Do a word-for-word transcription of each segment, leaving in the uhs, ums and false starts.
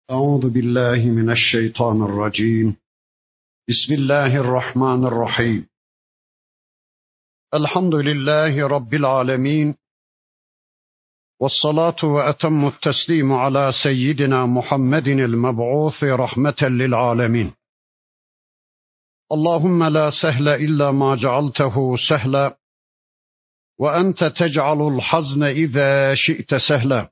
أعوذ بالله من الشيطان الرجيم. بسم الله الرحمن الرحيم. الحمد لله رب العالمين، والصلاة وأتم التسليم على سيدنا محمد المبعوث رحمة للعالمين. اللهم لا سهل إلا ما جعلته سهلا، وأنت تجعل الحزن إذا شئت سهلا.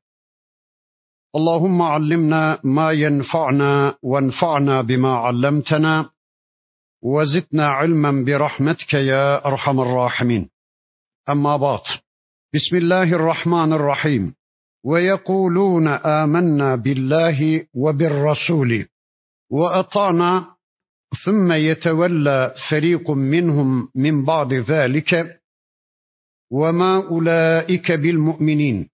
اللهم علمنا ما ينفعنا وانفعنا بما علمتنا وزدنا علما برحمتك يا أرحم الراحمين. أما بعد، بسم الله الرحمن الرحيم. ويقولون آمنا بالله وبالرسول وأطعنا ثم يتولى فريق منهم من بعد ذلك وما أولئك بالمؤمنين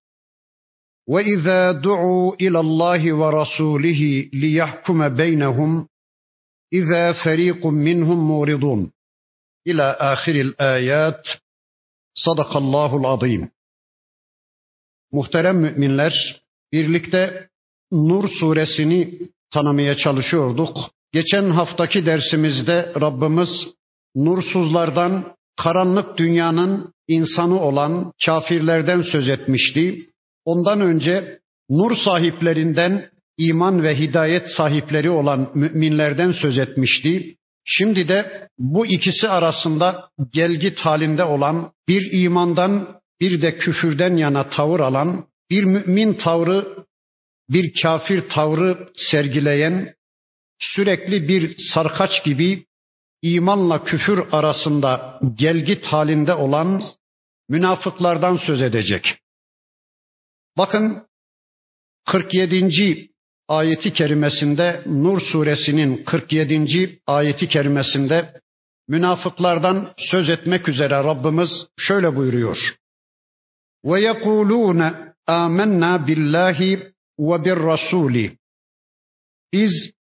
وإذا دعوا إلى الله ورسوله ليحكم بينهم إذا فريق منهم معرضون إلى آخر الآيات. Sadakallahul azim. Muhterem müminler, birlikte Nur suresini tanımaya çalışıyorduk. Geçen haftaki dersimizde Rabbimiz nursuzlardan, karanlık dünyanın insanı olan kafirlerden söz etmişti. Ondan önce nur sahiplerinden, iman ve hidayet sahipleri olan müminlerden söz etmişti. Şimdi de bu ikisi arasında gelgit halinde olan, bir imandan bir de küfürden yana tavır alan, bir mümin tavrı, bir kafir tavrı sergileyen, sürekli bir sarkaç gibi imanla küfür arasında gelgit halinde olan münafıklardan söz edecek. Bakın kırk yedinci ayeti kerimesinde, Nur suresinin kırk yedinci ayeti kerimesinde münafıklardan söz etmek üzere Rabbimiz şöyle buyuruyor. Ve yekulûne âmennâ billâhi ve birrasûli. Biz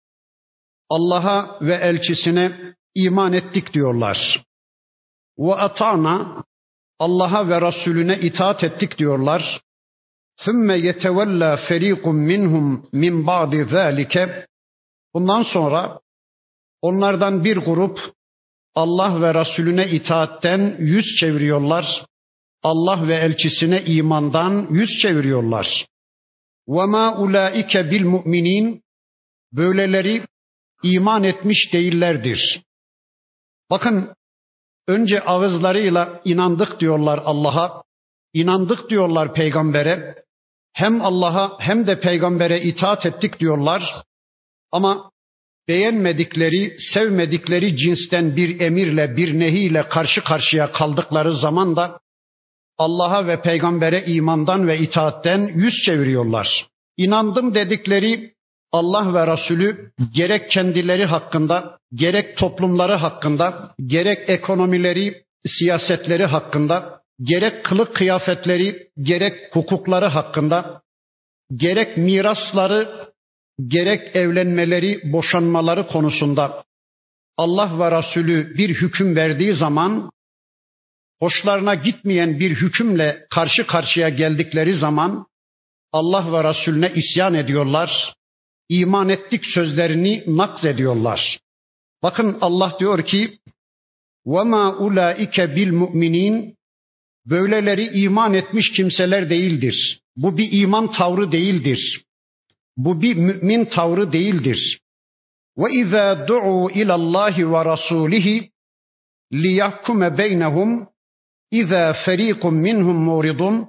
Allah'a ve elçisine iman ettik diyorlar. Ve ata'na, Allah'a ve Resulüne itaat ettik diyorlar. ثُمَّ يَتَوَلَّى فَر۪يقٌ مِّنْهُمْ مِنْ بَعْدِ ذَٰلِكَ. Bundan sonra onlardan bir grup Allah ve Resulüne itaatten yüz çeviriyorlar. Allah ve elçisine imandan yüz çeviriyorlar. وَمَا اُولَٰئِكَ بِالْمُؤْمِنِينَ. Böyleleri iman etmiş değillerdir. Bakın, önce ağızlarıyla inandık diyorlar Allah'a, inandık diyorlar peygambere, hem Allah'a hem de peygambere itaat ettik diyorlar. Ama beğenmedikleri, sevmedikleri cinsten bir emirle, bir nehiyle karşı karşıya kaldıkları zaman da Allah'a ve peygambere imandan ve itaatten yüz çeviriyorlar. İnandım dedikleri Allah ve Resulü gerek kendileri hakkında, gerek toplumları hakkında, gerek ekonomileri, siyasetleri hakkında, gerek kılık kıyafetleri, gerek hukukları hakkında, gerek mirasları, gerek evlenmeleri, boşanmaları konusunda Allah ve Resulü bir hüküm verdiği zaman, hoşlarına gitmeyen bir hükümle karşı karşıya geldikleri zaman Allah ve Resulüne isyan ediyorlar, iman ettik sözlerini nakz ediyorlar. Bakın Allah diyor ki, وَمَا اُولَٰئِكَ بِالْمُؤْمِنِينَ. Böyleleri iman etmiş kimseler değildir. Bu bir iman tavrı değildir. Bu bir mümin tavrı değildir. وَاِذَا دُعُوا اِلَى اللّٰهِ وَرَسُولِهِ لِيَحْكُمَ بَيْنَهُمْ اِذَا فَر۪يقٌ مِّنْهُمْ مُورِضٌ.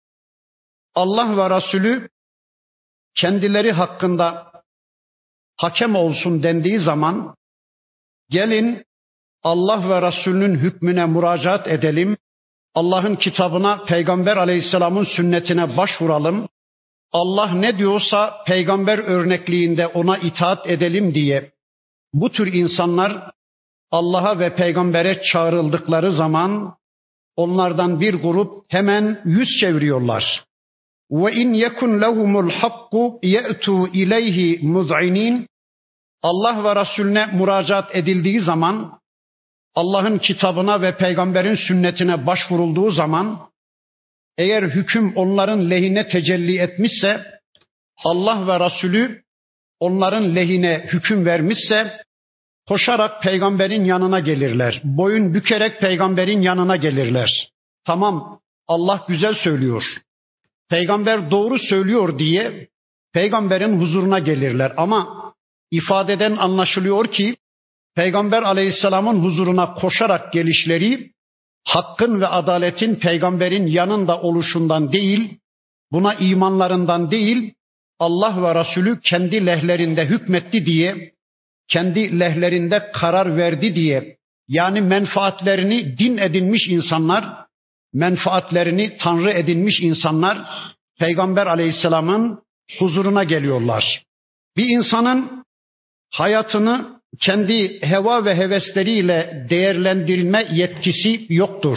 Allah ve Resulü kendileri hakkında hakem olsun dendiği zaman, gelin Allah ve Resulünün hükmüne müracaat edelim, Allah'ın kitabına, Peygamber Aleyhisselam'ın sünnetine başvuralım, Allah ne diyorsa peygamber örnekliğinde ona itaat edelim diye bu tür insanlar Allah'a ve peygambere çağrıldıkları zaman onlardan bir grup hemen yüz çeviriyorlar. وَاِنْ يَكُنْ لَهُمُ الْحَقُّ يَأْتُوا اِلَيْهِ مُذْعِنِينَ. Allah ve Resulüne müracaat edildiği zaman, Allah'ın kitabına ve peygamberin sünnetine başvurulduğu zaman, eğer hüküm onların lehine tecelli etmişse Allah ve Resulü onların lehine hüküm vermişse koşarak peygamberin yanına gelirler. Boyun bükerek peygamberin yanına gelirler. Tamam, Allah güzel söylüyor, peygamber doğru söylüyor diye peygamberin huzuruna gelirler. Ama ifadeden anlaşılıyor ki Peygamber Aleyhisselam'ın huzuruna koşarak gelişleri hakkın ve adaletin peygamberin yanında oluşundan değil, buna imanlarından değil, Allah ve Resulü kendi lehlerinde hükmetti diye, kendi lehlerinde karar verdi diye, yani menfaatlerini din edinmiş insanlar, menfaatlerini Tanrı edinmiş insanlar Peygamber Aleyhisselam'ın huzuruna geliyorlar. Bir insanın hayatını kendi heva ve hevesleriyle değerlendirme yetkisi yoktur.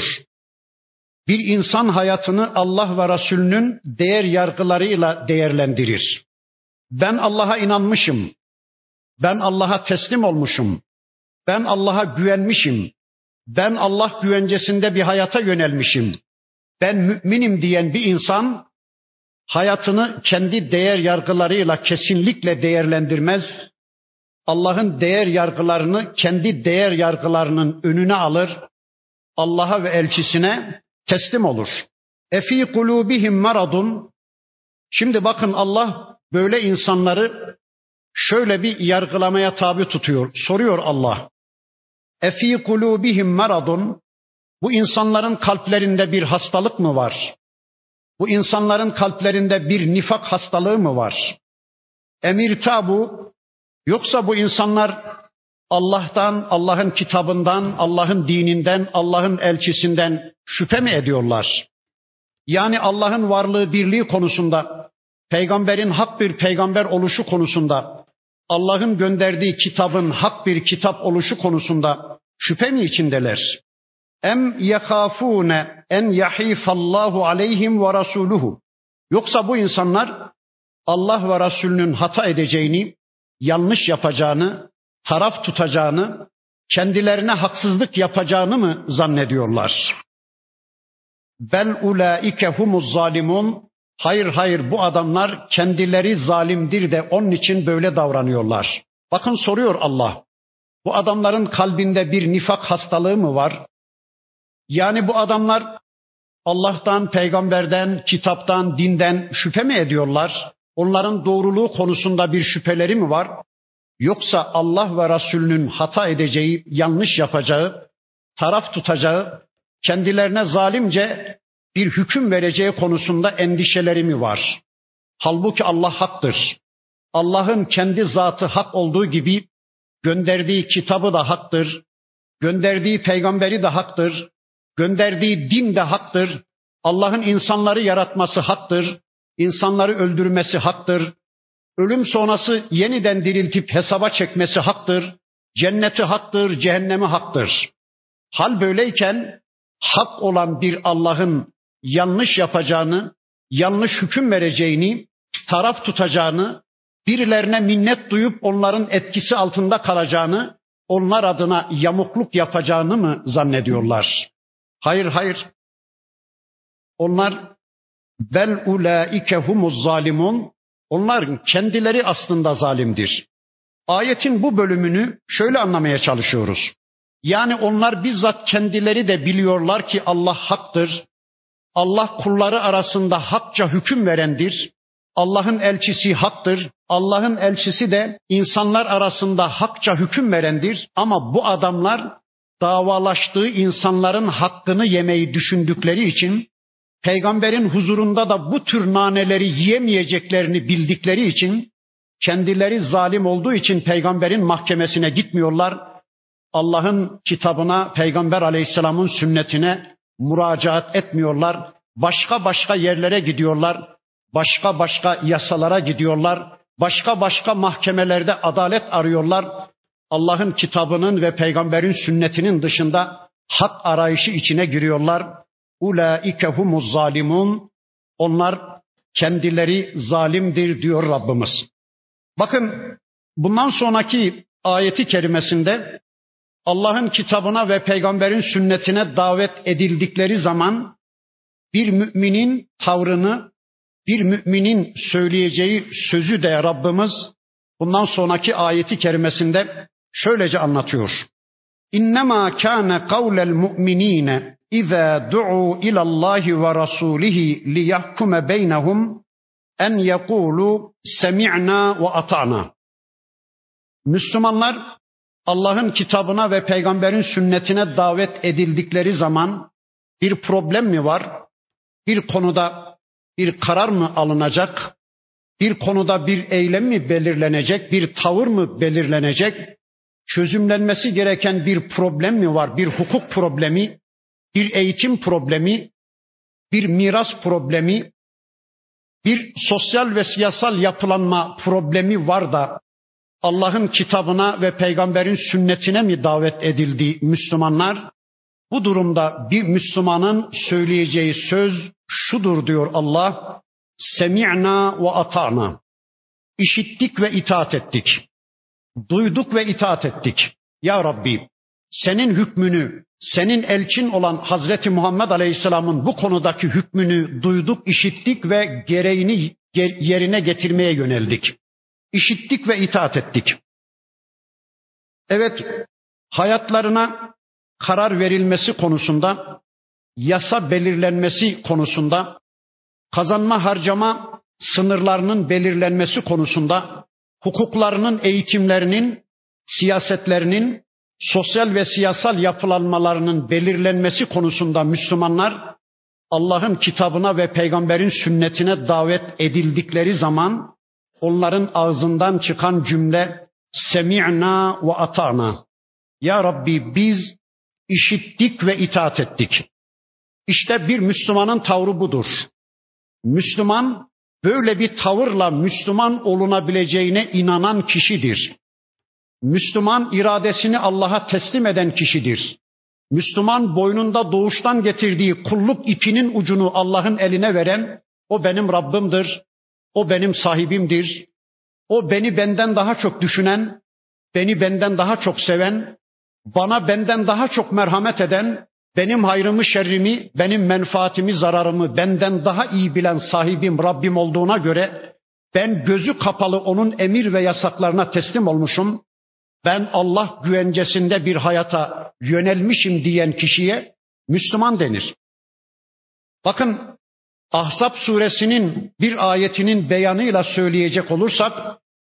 Bir insan hayatını Allah ve Resulünün değer yargılarıyla değerlendirir. Ben Allah'a inanmışım, ben Allah'a teslim olmuşum, ben Allah'a güvenmişim, ben Allah güvencesinde bir hayata yönelmişim, ben müminim diyen bir insan hayatını kendi değer yargılarıyla kesinlikle değerlendirmez. Allah'ın değer yargılarını kendi değer yargılarının önüne alır, Allah'a ve elçisine teslim olur. Efi kulubihim maradun. Şimdi bakın, Allah böyle insanları şöyle bir yargılamaya tabi tutuyor. Soruyor Allah. Efi kulubihim maradun. Bu insanların kalplerinde bir hastalık mı var? Bu insanların kalplerinde bir nifak hastalığı mı var? Emir tabu. Yoksa bu insanlar Allah'tan, Allah'ın kitabından, Allah'ın dininden, Allah'ın elçisinden şüphe mi ediyorlar? Yani Allah'ın varlığı, birliği konusunda, peygamberin hak bir peygamber oluşu konusunda, Allah'ın gönderdiği kitabın hak bir kitap oluşu konusunda şüphe mi içindeler? Em yekafune en yahifallahu aleyhim ve rasuluhu. Yoksa bu insanlar Allah ve Resulünün hata edeceğini, yanlış yapacağını, taraf tutacağını, kendilerine haksızlık yapacağını mı zannediyorlar? Bel ulaike humuz zalimun. Hayır hayır, bu adamlar kendileri zalimdir de onun için böyle davranıyorlar. Bakın, soruyor Allah. Bu adamların kalbinde bir nifak hastalığı mı var? Yani bu adamlar Allah'tan, peygamberden, kitaptan, dinden şüphe mi ediyorlar? Onların doğruluğu konusunda bir şüpheleri mi var? Yoksa Allah ve Resulünün hata edeceği, yanlış yapacağı, taraf tutacağı, kendilerine zalimce bir hüküm vereceği konusunda endişeleri mi var? Halbuki Allah haktır. Allah'ın kendi zatı hak olduğu gibi gönderdiği kitabı da haktır, gönderdiği peygamberi de haktır, gönderdiği din de haktır. Allah'ın insanları yaratması haktır, insanları öldürmesi haktır, ölüm sonrası yeniden diriltip hesaba çekmesi haktır, cenneti haktır, cehennemi haktır. Hal böyleyken hak olan bir Allah'ın yanlış yapacağını, yanlış hüküm vereceğini, taraf tutacağını, birilerine minnet duyup onların etkisi altında kalacağını, onlar adına yamukluk yapacağını mı zannediyorlar? Hayır hayır. Onlar bel ulaike humuz zalimun. Onlar kendileri aslında zalimdir. Ayetin bu bölümünü şöyle anlamaya çalışıyoruz. Yani onlar bizzat kendileri de biliyorlar ki Allah haktır. Allah kulları arasında hakça hüküm verendir. Allah'ın elçisi haktır. Allah'ın elçisi de insanlar arasında hakça hüküm verendir. Ama bu adamlar davalaştığı insanların hakkını yemeyi düşündükleri için, peygamberin huzurunda da bu tür naneleri yiyemeyeceklerini bildikleri için, kendileri zalim olduğu için peygamberin mahkemesine gitmiyorlar. Allah'ın kitabına, Peygamber Aleyhisselam'ın sünnetine müracaat etmiyorlar. Başka başka yerlere gidiyorlar. Başka başka yasalara gidiyorlar. Başka başka mahkemelerde adalet arıyorlar. Allah'ın kitabının ve peygamberin sünnetinin dışında hak arayışı içine giriyorlar. Ulaike humuz zalimun. Onlar kendileri zalimdir diyor Rabbimiz. Bakın, bundan sonraki ayeti kerimesinde Allah'ın kitabına ve peygamberin sünnetine davet edildikleri zaman bir müminin tavrını, bir müminin söyleyeceği sözü de Rabbimiz bundan sonraki ayeti kerimesinde şöylece anlatıyor. İnnemâ kâne kavlel mu'minîne izâ du'û ilallâhi ve rasûlihi liyahkume beynehum en yekûlû semi'nâ ve ata'nâ. Müslümanlar Allah'ın kitabına ve peygamberin sünnetine davet edildikleri zaman bir problem mi var? Bir konuda bir karar mı alınacak? Bir konuda bir eylem mi belirlenecek? Bir tavır mı belirlenecek? Çözümlenmesi gereken bir problem mi var? Bir hukuk problemi, bir eğitim problemi, bir miras problemi, bir sosyal ve siyasal yapılanma problemi var da Allah'ın kitabına ve peygamberin sünnetine mi davet edildi Müslümanlar? Bu durumda bir Müslümanın söyleyeceği söz şudur diyor Allah. Semi'na ve ata'na. İşittik ve itaat ettik. Duyduk ve itaat ettik. Ya Rabbi, senin hükmünü, senin elçin olan Hazreti Muhammed Aleyhisselam'ın bu konudaki hükmünü duyduk, işittik ve gereğini yerine getirmeye yöneldik. İşittik ve itaat ettik. Evet, hayatlarına karar verilmesi konusunda, yasa belirlenmesi konusunda, kazanma harcama sınırlarının belirlenmesi konusunda, hukuklarının, eğitimlerinin, siyasetlerinin, sosyal ve siyasal yapılanmalarının belirlenmesi konusunda Müslümanlar Allah'ın kitabına ve peygamberin sünnetine davet edildikleri zaman onların ağzından çıkan cümle semi'na ve ata'na. Ya Rabbi biz işittik ve itaat ettik. İşte bir Müslümanın tavrı budur. Müslüman böyle bir tavırla Müslüman olunabileceğine inanan kişidir. Müslüman iradesini Allah'a teslim eden kişidir. Müslüman boynunda doğuştan getirdiği kulluk ipinin ucunu Allah'ın eline veren, o benim Rabbimdir, o benim sahibimdir, o beni benden daha çok düşünen, beni benden daha çok seven, bana benden daha çok merhamet eden, benim hayrımı şerrimi, benim menfaatimi zararımı benden daha iyi bilen sahibim Rabbim olduğuna göre ben gözü kapalı onun emir ve yasaklarına teslim olmuşum. Ben Allah güvencesinde bir hayata yönelmişim diyen kişiye Müslüman denir. Bakın Ahzab suresinin bir ayetinin beyanıyla söyleyecek olursak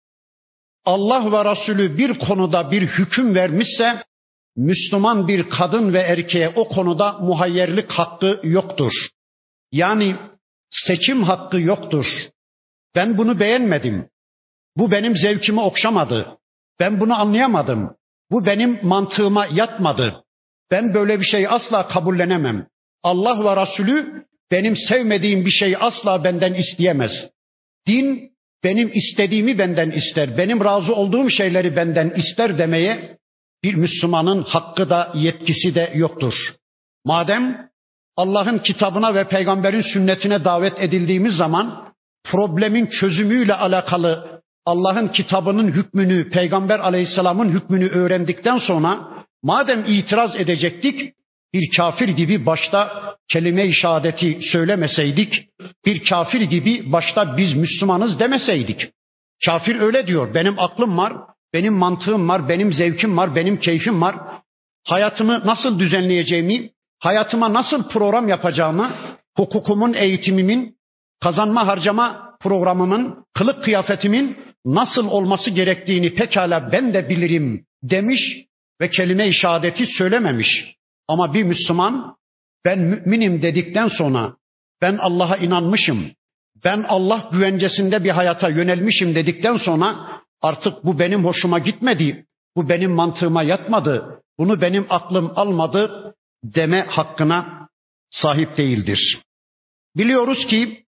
Allah ve Resulü bir konuda bir hüküm vermişse Müslüman bir kadın ve erkeğe o konuda muhayyerlik hakkı yoktur. Yani seçim hakkı yoktur. Ben bunu beğenmedim. Bu benim zevkimi okşamadı. Ben bunu anlayamadım. Bu benim mantığıma yatmadı. Ben böyle bir şey asla kabullenemem. Allah ve Resulü benim sevmediğim bir şey asla benden isteyemez. Din benim istediğimi benden ister. Benim razı olduğum şeyleri benden ister demeye bir Müslümanın hakkı da yetkisi de yoktur. Madem Allah'ın kitabına ve peygamberin sünnetine davet edildiğimiz zaman problemin çözümüyle alakalı Allah'ın kitabının hükmünü, Peygamber Aleyhisselam'ın hükmünü öğrendikten sonra madem itiraz edecektik, bir kafir gibi başta kelime-i şehadeti söylemeseydik, bir kafir gibi başta biz Müslümanız demeseydik. Kafir öyle diyor, benim aklım var, benim mantığım var, benim zevkim var, benim keyfim var. Hayatımı nasıl düzenleyeceğimi, hayatıma nasıl program yapacağımı, hukukumun, eğitimimin, kazanma harcama programımın, kılık kıyafetimin nasıl olması gerektiğini pekala ben de bilirim demiş ve kelime-i şehadeti söylememiş. Ama bir Müslüman ben müminim dedikten sonra ben Allah'a inanmışım, ben Allah güvencesinde bir hayata yönelmişim dedikten sonra artık bu benim hoşuma gitmedi, bu benim mantığıma yatmadı, bunu benim aklım almadı deme hakkına sahip değildir. Biliyoruz ki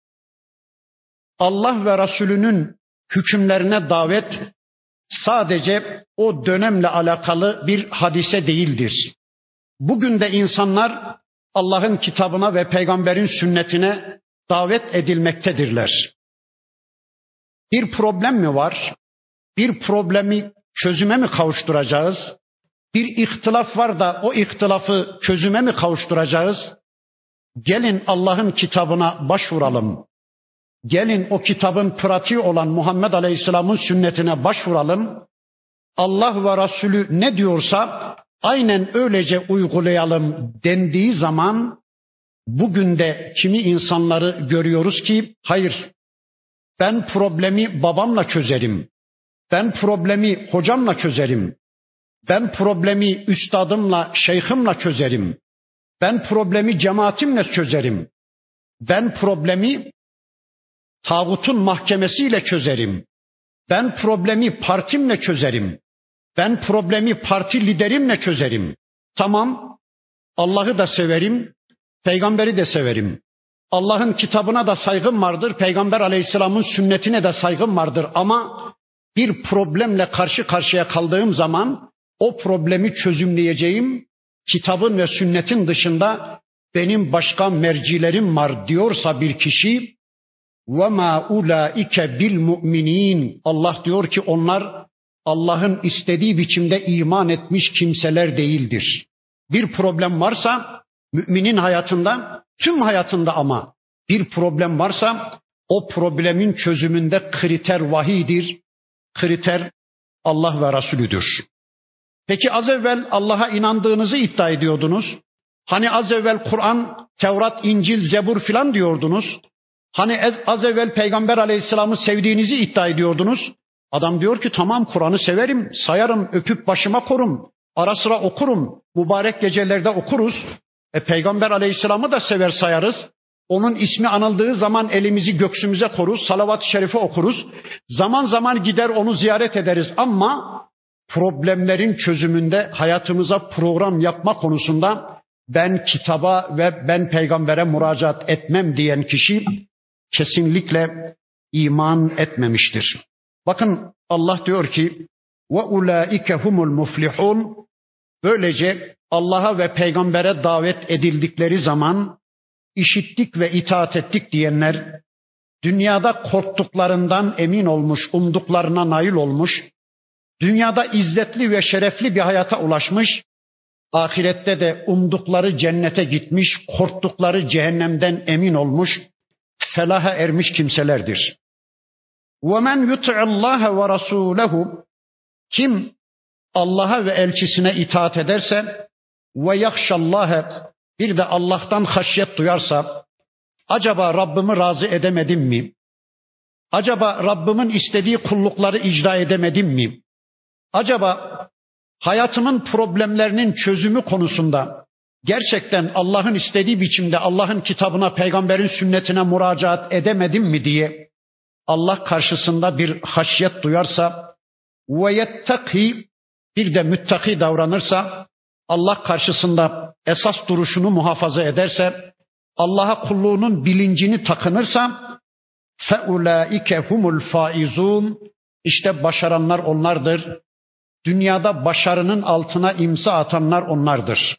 Allah ve Resulünün hükümlerine davet sadece o dönemle alakalı bir hadise değildir. Bugün de insanlar Allah'ın kitabına ve peygamberin sünnetine davet edilmektedirler. Bir problem mi var? Bir problemi çözüme mi kavuşturacağız? Bir ihtilaf var da o ihtilafı çözüme mi kavuşturacağız? Gelin Allah'ın kitabına başvuralım. Gelin o kitabın pratiği olan Muhammed Aleyhisselam'ın sünnetine başvuralım. Allah ve Resulü ne diyorsa aynen öylece uygulayalım dendiği zaman bugün de kimi insanları görüyoruz ki hayır, ben problemi babamla çözerim. Ben problemi hocamla çözerim. Ben problemi üstadımla, şeyhimle çözerim. Ben problemi cemaatimle çözerim. Ben problemi tağutun mahkemesiyle çözerim. Ben problemi partimle çözerim. Ben problemi parti liderimle çözerim. Tamam, Allah'ı da severim, peygamberi de severim. Allah'ın kitabına da saygım vardır, Peygamber Aleyhisselam'ın sünnetine de saygım vardır ama bir problemle karşı karşıya kaldığım zaman o problemi çözümleyeceğim kitabın ve sünnetin dışında benim başka mercilerim var diyorsa bir kişi وَمَا اُولَٰئِكَ بِالْمُؤْمِنِينَ Allah diyor ki onlar Allah'ın istediği biçimde iman etmiş kimseler değildir. Bir problem varsa müminin hayatında, tüm hayatında ama bir problem varsa o problemin çözümünde kriter vahiydir, kriter Allah ve Resulüdür. Peki az evvel Allah'a inandığınızı iddia ediyordunuz. Hani az evvel Kur'an, Tevrat, İncil, Zebur filan diyordunuz. Hani az evvel Peygamber Aleyhisselam'ı sevdiğinizi iddia ediyordunuz. Adam diyor ki tamam, Kur'an'ı severim, sayarım, öpüp başıma korum, ara sıra okurum, mübarek gecelerde okuruz. E, Peygamber Aleyhisselam'ı da sever sayarız. Onun ismi anıldığı zaman elimizi göksümüze koruz, salavat-ı şerife okuruz. Zaman zaman gider onu ziyaret ederiz ama problemlerin çözümünde hayatımıza program yapma konusunda ben kitaba ve ben peygambere müracaat etmem diyen kişi kesinlikle iman etmemiştir. Bakın Allah diyor ki ve ulaike humul muflihun. Böylece Allah'a ve peygambere davet edildikleri zaman işittik ve itaat ettik diyenler dünyada korktuklarından emin olmuş, umduklarına nail olmuş, dünyada izzetli ve şerefli bir hayata ulaşmış, ahirette de umdukları cennete gitmiş, korktukları cehennemden emin olmuş, felaha ermiş kimselerdir. وَمَنْ يُطِعِ اللّٰهَ وَرَسُولَهُ Kim Allah'a ve elçisine itaat ederse ve yakşallâhe bir de Allah'tan haşyet duyarsa, acaba Rabbimi razı edemedim mi? Acaba Rabbimin istediği kullukları icra edemedim mi? Acaba hayatımın problemlerinin çözümü konusunda gerçekten Allah'ın istediği biçimde Allah'ın kitabına, peygamberin sünnetine müracaat edemedim mi diye Allah karşısında bir haşyet duyarsa ve yettaki bir de müttaki davranırsa, Allah karşısında esas duruşunu muhafaza ederse, Allah'a kulluğunun bilincini takınırsa feulaike humul faizun. İşte başaranlar onlardır. Dünyada başarının altına imza atanlar onlardır.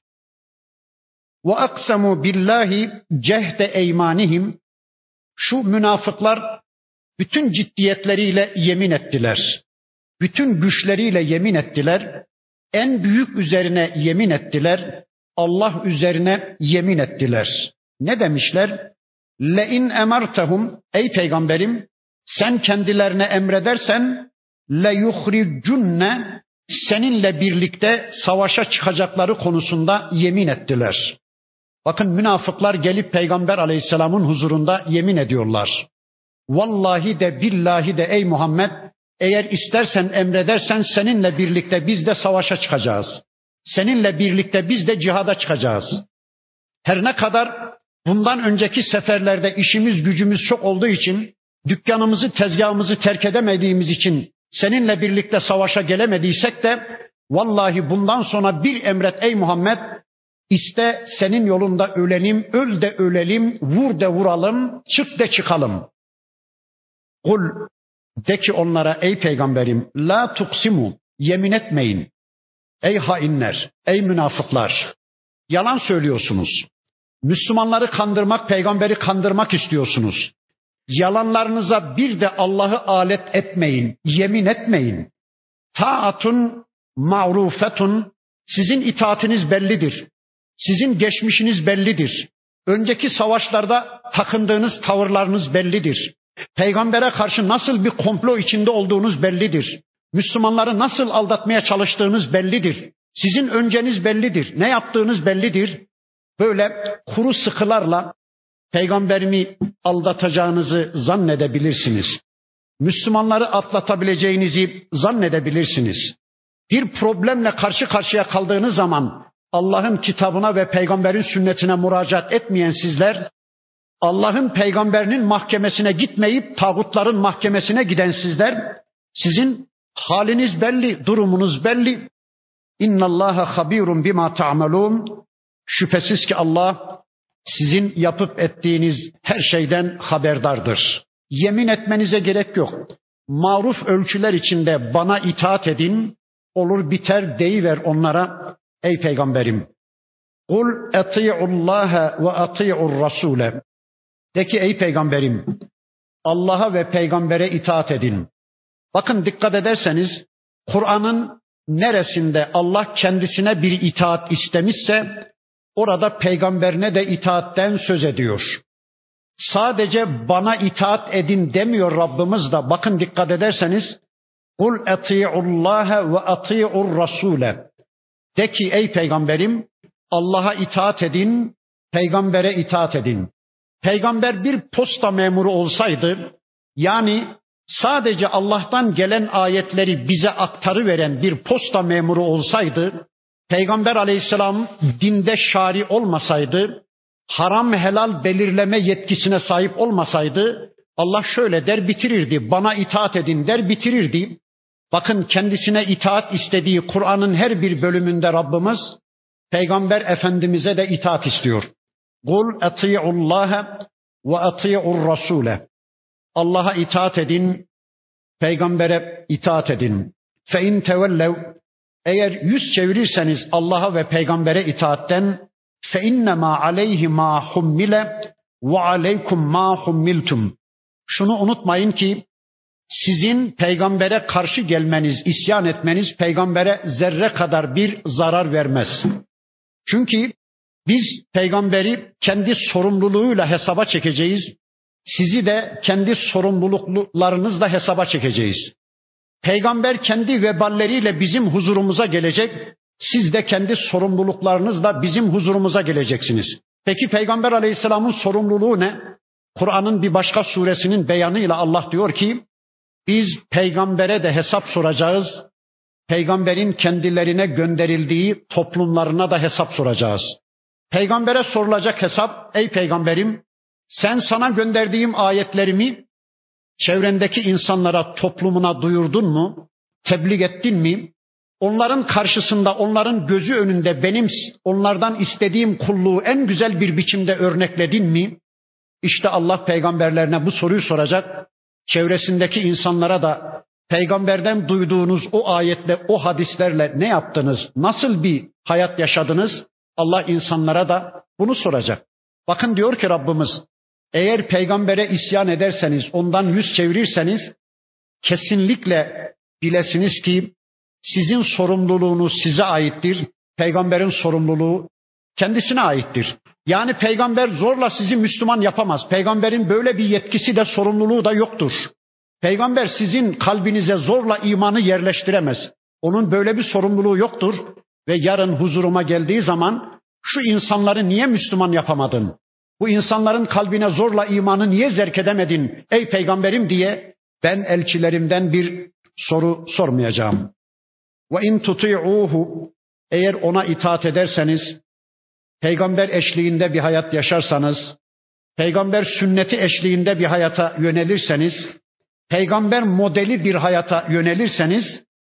Ve aksamu billahi cehde eymanihim. Şu münafıklar bütün ciddiyetleriyle yemin ettiler. Bütün güçleriyle yemin ettiler. En büyük üzerine yemin ettiler. Allah üzerine yemin ettiler. Ne demişler? Le in emartahum, ey peygamberim sen kendilerine emredersen le yuhricunne, seninle birlikte savaşa çıkacakları konusunda yemin ettiler. Bakın münafıklar gelip Peygamber Aleyhisselam'ın huzurunda yemin ediyorlar. Vallahi de billahi de ey Muhammed, eğer istersen emredersen seninle birlikte biz de savaşa çıkacağız. Seninle birlikte biz de cihada çıkacağız. Her ne kadar bundan önceki seferlerde işimiz gücümüz çok olduğu için, dükkanımızı tezgahımızı terk edemediğimiz için seninle birlikte savaşa gelemediysek de vallahi bundan sonra bir emret ey Muhammed, iste senin yolunda ölelim, öl de ölelim, vur de vuralım, çık de çıkalım. Kul, de ki onlara ey peygamberim, la tuksimu, yemin etmeyin. Ey hainler, ey münafıklar, yalan söylüyorsunuz. Müslümanları kandırmak, peygamberi kandırmak istiyorsunuz. Yalanlarınıza bir de Allah'ı alet etmeyin, yemin etmeyin. Taatun ma'rufetun, sizin itaatiniz bellidir. Sizin geçmişiniz bellidir. Önceki savaşlarda takındığınız tavırlarınız bellidir. Peygambere karşı nasıl bir komplo içinde olduğunuz bellidir. Müslümanları nasıl aldatmaya çalıştığınız bellidir. Sizin önceniz bellidir. Ne yaptığınız bellidir. Böyle kuru sıkılarla peygamberimi aldatacağınızı zannedebilirsiniz. Müslümanları atlatabileceğinizi zannedebilirsiniz. Bir problemle karşı karşıya kaldığınız zaman Allah'ın kitabına ve peygamberin sünnetine müracaat etmeyen sizler, Allah'ın peygamberinin mahkemesine gitmeyip tağutların mahkemesine giden sizler, sizin haliniz belli, durumunuz belli. İnnallâhe habîrun bimâ ta'melûn. Şüphesiz ki Allah sizin yapıp ettiğiniz her şeyden haberdardır. Yemin etmenize gerek yok. Maruf ölçüler içinde bana itaat edin, olur biter deyiver onlara. Ey peygamberim, kul eti'ullâhe ve eti'ur rasûle. De ki ey peygamberim, Allah'a ve peygambere itaat edin. Bakın dikkat ederseniz Kur'an'ın neresinde Allah kendisine bir itaat istemişse orada peygamberine de itaatten söz ediyor. Sadece bana itaat edin demiyor Rabbimiz de. Bakın dikkat ederseniz kul eti'ullâhe ve eti'ur rasûle. De ki ey peygamberim, Allah'a itaat edin, peygambere itaat edin. Peygamber bir posta memuru olsaydı, yani sadece Allah'tan gelen ayetleri bize aktarıveren bir posta memuru olsaydı, Peygamber aleyhisselam dinde şari olmasaydı, haram helal belirleme yetkisine sahip olmasaydı, Allah şöyle der bitirirdi, bana itaat edin der bitirirdi. Bakın kendisine itaat istediği Kur'an'ın her bir bölümünde Rabbimiz, Peygamber Efendimiz'e de itaat istiyor. Kul eti'ullâhe ve eti'ur rasûle. Allah'a itaat edin, peygambere itaat edin. Fe in tevellev, eğer yüz çevirirseniz Allah'a ve peygambere itaatten, fe innemâ aleyhi mâ hummile ve aleykum mâ hummiltum. Şunu unutmayın ki sizin peygambere karşı gelmeniz, isyan etmeniz peygambere zerre kadar bir zarar vermez. Çünkü biz peygamberi kendi sorumluluğuyla hesaba çekeceğiz. Sizi de kendi sorumluluklarınızla hesaba çekeceğiz. Peygamber kendi veballeriyle bizim huzurumuza gelecek. Siz de kendi sorumluluklarınızla bizim huzurumuza geleceksiniz. Peki Peygamber Aleyhisselam'ın sorumluluğu ne? Kur'an'ın bir başka suresinin beyanıyla Allah diyor ki, biz peygambere de hesap soracağız. Peygamberin kendilerine gönderildiği toplumlarına da hesap soracağız. Peygambere sorulacak hesap, ey peygamberim, sen sana gönderdiğim ayetlerimi çevrendeki insanlara, toplumuna duyurdun mu? Tebliğ ettin mi? Onların karşısında, onların gözü önünde benim onlardan istediğim kulluğu en güzel bir biçimde örnekledin mi? İşte Allah peygamberlerine bu soruyu soracak. Çevresindeki insanlara da peygamberden duyduğunuz o ayetle, o hadislerle ne yaptınız? Nasıl bir hayat yaşadınız? Allah insanlara da bunu soracak. Bakın diyor ki Rabbimiz, eğer peygambere isyan ederseniz, ondan yüz çevirirseniz kesinlikle bilesiniz ki sizin sorumluluğunuz size aittir. Peygamberin sorumluluğu kendisine aittir. Yani peygamber zorla sizi Müslüman yapamaz. Peygamberin böyle bir yetkisi de sorumluluğu da yoktur. Peygamber sizin kalbinize zorla imanı yerleştiremez. Onun böyle bir sorumluluğu yoktur. Ve yarın huzuruma geldiği zaman şu insanları niye Müslüman yapamadın? Bu insanların kalbine zorla imanı niye zerk edemedin ey peygamberim diye ben elçilerimden bir soru sormayacağım. Ve in tuti'uhu, eğer ona itaat ederseniz, peygamber eşliğinde bir hayat yaşarsanız, peygamber sünneti eşliğinde bir hayata yönelirseniz, peygamber modeli bir hayata yönelirseniz,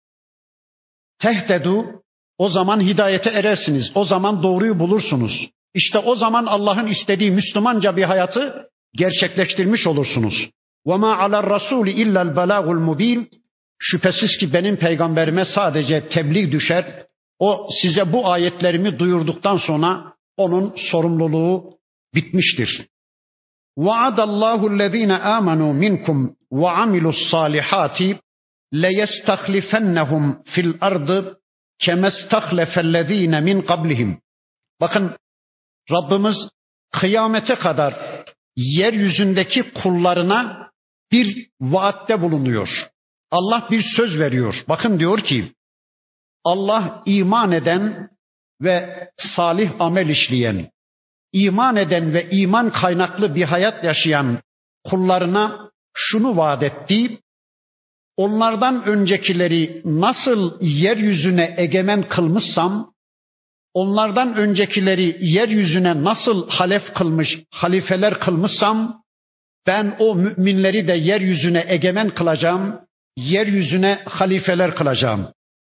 tehtedu, o zaman hidayete erersiniz. O zaman doğruyu bulursunuz. İşte o zaman Allah'ın istediği Müslümanca bir hayatı gerçekleştirmiş olursunuz. وَمَا عَلَى الرَّسُولِ اِلَّا الْبَلَاغُ الْمُب۪ينَ. Şüphesiz ki benim peygamberime sadece tebliğ düşer. O size bu ayetlerimi duyurduktan sonra onun sorumluluğu bitmiştir. وَعَدَ اللّٰهُ الَّذ۪ينَ آمَنُوا مِنْكُمْ وَعَمِلُوا الصَّالِحَاتِ لَيَسْتَخْلِفَنَّهُمْ فِي الْأَرْضِ كَمَا اسْتَخْلَفَ الَّذ۪ينَ مِنْ قَبْلِهِمْ. Bakın Rabbimiz kıyamete kadar yeryüzündeki kullarına bir vaatte bulunuyor. Allah bir söz veriyor. Bakın diyor ki Allah iman eden ve salih amel işleyen, iman eden ve iman kaynaklı bir hayat yaşayan kullarına şunu vaat etti. Onlardan öncekileri nasıl yeryüzüne egemen kılmışsam, onlardan öncekileri yeryüzüne nasıl halef kılmış, halifeler kılmışsam, ben o müminleri de yeryüzüne egemen kılacağım, yeryüzüne halifeler kılacağım.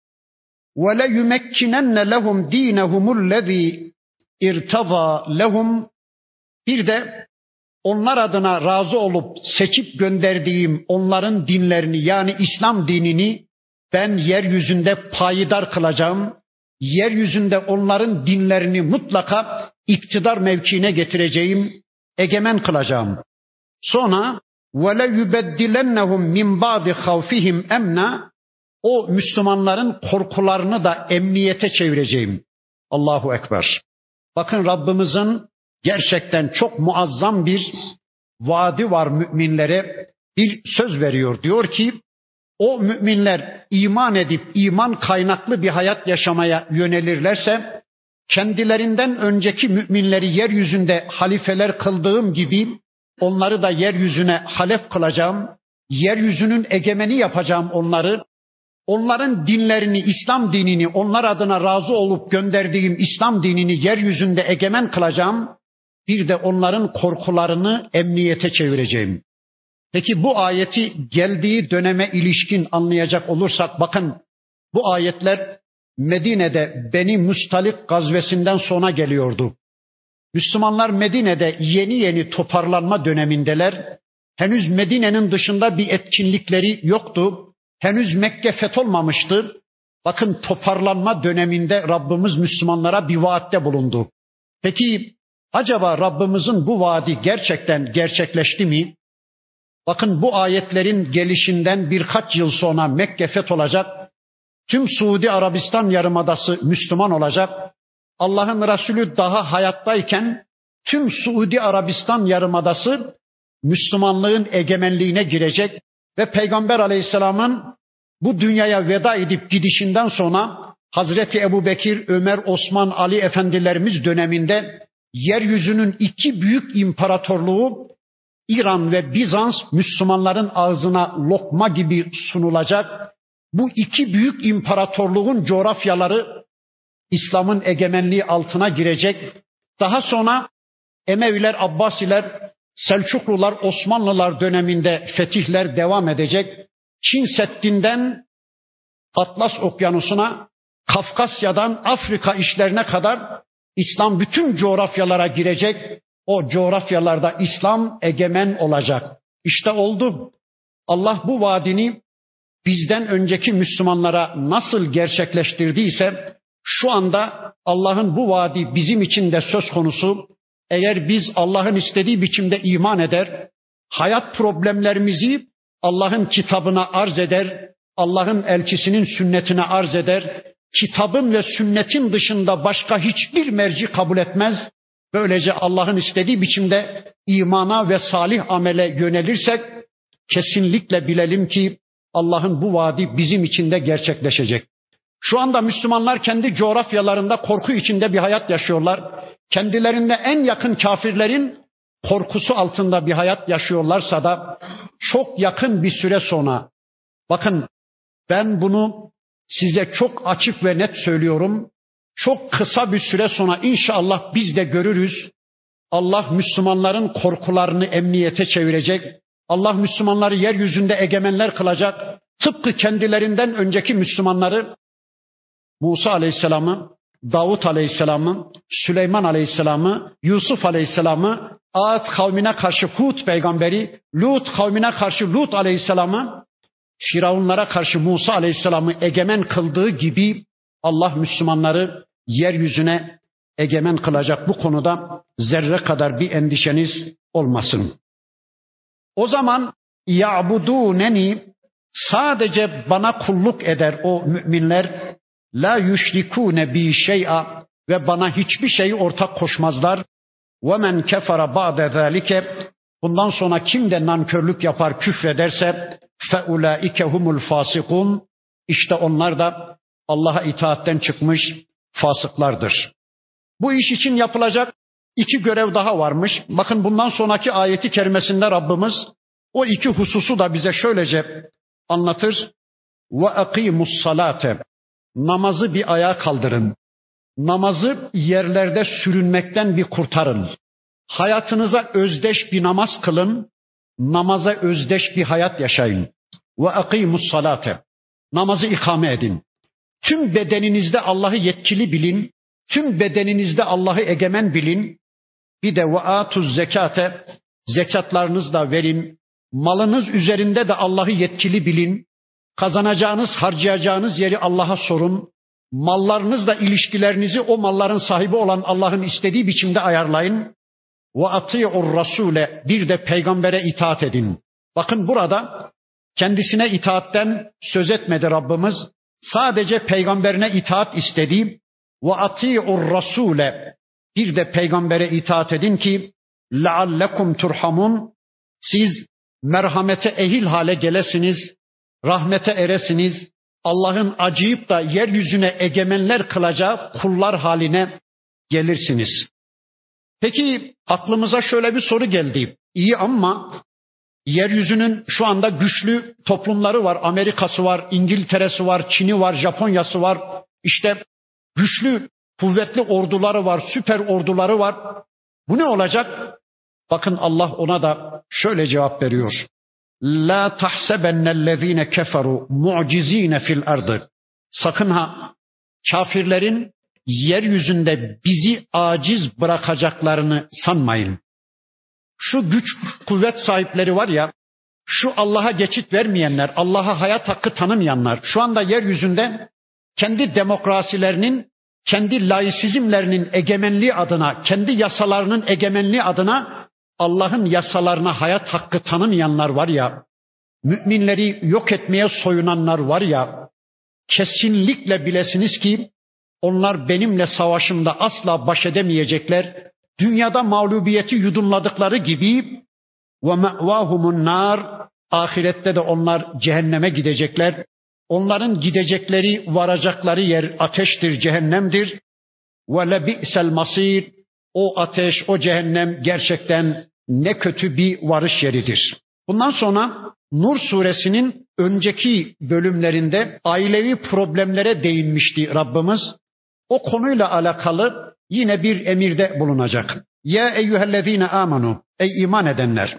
وَلَيُمَكِّنَنَّ لَهُمْ دِينَهُمُ الَّذ۪ي اِرْتَضَى لَهُمْ. Bir de onlar adına razı olup seçip gönderdiğim onların dinlerini, yani İslam dinini ben yeryüzünde payidar kılacağım. Yeryüzünde onların dinlerini mutlaka iktidar mevkiine getireceğim, egemen kılacağım. Sonra وَلَيُبَدِّلَنَّهُمْ مِنْ بَعْدِ خَوْفِهِمْ اَمْنًا. O Müslümanların korkularını da emniyete çevireceğim. Allahu Ekber. Bakın Rabbimizin gerçekten çok muazzam bir vaadi var müminlere. Bir söz veriyor. Diyor ki o müminler iman edip iman kaynaklı bir hayat yaşamaya yönelirlerse kendilerinden önceki müminleri yeryüzünde halifeler kıldığım gibi onları da yeryüzüne halef kılacağım. Yeryüzünün egemeni yapacağım onları. Onların dinlerini, İslam dinini, onlar adına razı olup gönderdiğim İslam dinini yeryüzünde egemen kılacağım. Bir de onların korkularını emniyete çevireceğim. Peki bu ayeti geldiği döneme ilişkin anlayacak olursak, bakın bu ayetler Medine'de Beni Mustalik gazvesinden sonra geliyordu. Müslümanlar Medine'de yeni yeni toparlanma dönemindeler. Henüz Medine'nin dışında bir etkinlikleri yoktu. Henüz Mekke fetholmamıştı. Bakın toparlanma döneminde Rabbimiz Müslümanlara bir vaatte bulundu. Peki acaba Rabbimizin bu vaadi gerçekten gerçekleşti mi? Bakın bu ayetlerin gelişinden birkaç yıl sonra Mekke fetholacak. Tüm Suudi Arabistan Yarımadası Müslüman olacak. Allah'ın Resulü daha hayattayken tüm Suudi Arabistan Yarımadası Müslümanlığın egemenliğine girecek. Ve Peygamber Aleyhisselam'ın bu dünyaya veda edip gidişinden sonra Hazreti Ebubekir, Ömer, Osman, Ali efendilerimiz döneminde yeryüzünün iki büyük imparatorluğu İran ve Bizans Müslümanların ağzına lokma gibi sunulacak. Bu iki büyük imparatorluğun coğrafyaları İslam'ın egemenliği altına girecek. Daha sonra Emeviler, Abbasiler, Selçuklular, Osmanlılar döneminde fetihler devam edecek. Çin Seddi'nden Atlas Okyanusu'na, Kafkasya'dan Afrika işlerine kadar İslam bütün coğrafyalara girecek. O coğrafyalarda İslam egemen olacak. İşte oldu. Allah bu vaadini bizden önceki Müslümanlara nasıl gerçekleştirdiyse şu anda Allah'ın bu vaadi bizim için de söz konusu. Eğer biz Allah'ın istediği biçimde iman eder, hayat problemlerimizi Allah'ın kitabına arz eder, Allah'ın elçisinin sünnetine arz eder, kitabın ve sünnetin dışında başka hiçbir merci kabul etmez. Böylece Allah'ın istediği biçimde imana ve salih amele yönelirsek kesinlikle bilelim ki Allah'ın bu vaadi bizim için de gerçekleşecek. Şu anda Müslümanlar kendi coğrafyalarında korku içinde bir hayat yaşıyorlar. Kendilerine en yakın kafirlerin korkusu altında bir hayat yaşıyorlarsa da çok yakın bir süre sonra, bakın ben bunu size çok açık ve net söylüyorum. Çok kısa bir süre sonra inşallah biz de görürüz. Allah Müslümanların korkularını emniyete çevirecek. Allah Müslümanları yeryüzünde egemenler kılacak. Tıpkı kendilerinden önceki Müslümanları Musa Aleyhisselam'ı, Davut Aleyhisselam'ı, Süleyman Aleyhisselam'ı, Yusuf Aleyhisselam'ı, Ad kavmine karşı Hud peygamberi, Lut kavmine karşı Lut Aleyhisselam'ı, Firavunlara karşı Musa Aleyhisselam'ı egemen kıldığı gibi Allah Müslümanları yeryüzüne egemen kılacak. Bu konuda zerre kadar bir endişeniz olmasın. O zaman ya'budûneni, sadece bana kulluk eder o müminler, la yüşrikûne bi şey'a, ve bana hiçbir şeyi ortak koşmazlar. Ve men kefere ba'de zâlike, Bundan sonra kim de nankörlük yapar, küfrederse فَاُولَٰئِكَ هُمُ الْفَاسِقُونَ İşte onlar da Allah'a itaatten çıkmış fasıklardır. Bu iş için yapılacak iki görev daha varmış. Bakın bundan sonraki ayeti kerimesinde Rabbimiz o iki hususu da bize şöylece anlatır. وَاَقِيمُ الصَّلَاةَ Namazı bir ayağa kaldırın. Namazı yerlerde sürünmekten bir kurtarın. Hayatınıza özdeş bir namaz kılın. Namaza özdeş bir hayat yaşayın. وَاَقِيمُ الصَّلَاةَ Namazı ikame edin. Tüm bedeninizde Allah'ı yetkili bilin. Tüm bedeninizde Allah'ı egemen bilin. Bir de وَاَاتُ zekate Zekatlarınızı da verin. Malınız üzerinde de Allah'ı yetkili bilin. Kazanacağınız, harcayacağınız yeri Allah'a sorun. Mallarınızla ilişkilerinizi o malların sahibi olan Allah'ın istediği biçimde ayarlayın. وَاَطِيعُ الرَّسُولَ Bir de peygambere itaat edin. Bakın burada kendisine itaatten söz etmedi Rabbimiz. Sadece peygamberine itaat istedi. وَاَطِيعُ الرَّسُولَ Bir de peygambere itaat edin ki لَعَلَّكُمْ تُرْحَمُونَ Siz merhamete ehil hale gelesiniz, rahmete eresiniz, Allah'ın acıyıp da yeryüzüne egemenler kılacağı kullar haline gelirsiniz. Peki aklımıza şöyle bir soru geldi. İyi ama yeryüzünün şu anda güçlü toplumları var. Amerika'sı var, İngiltere'si var, Çin'i var, Japonya'sı var. İşte güçlü, kuvvetli orduları var, süper orduları var. Bu ne olacak? Bakın Allah ona da şöyle cevap veriyor. La tahsebennellezine keferu mu'cizine fil ardı. Sakın ha kafirlerin yeryüzünde bizi aciz bırakacaklarını sanmayın. Şu güç kuvvet sahipleri var ya, şu Allah'a geçit vermeyenler, Allah'a hayat hakkı tanımayanlar şu anda yeryüzünde kendi demokrasilerinin, kendi laisizmlerinin egemenliği adına, kendi yasalarının egemenliği adına Allah'ın yasalarına hayat hakkı tanımayanlar var ya, müminleri yok etmeye soyunanlar var ya, kesinlikle bilesiniz ki onlar benimle savaşımda asla baş edemeyecekler. Dünyada mağlubiyeti yudumladıkları gibi ve me'vahumun nar ahirette de onlar cehenneme gidecekler. Onların gidecekleri, varacakları yer ateştir, cehennemdir. Ve lebi'sel masir o ateş, o cehennem gerçekten ne kötü bir varış yeridir. Bundan sonra Nur suresinin önceki bölümlerinde ailevi problemlere değinmişti Rabbimiz. O konuyla alakalı yine bir emirde bulunacak. Ya eyyühellezine amanu ey iman edenler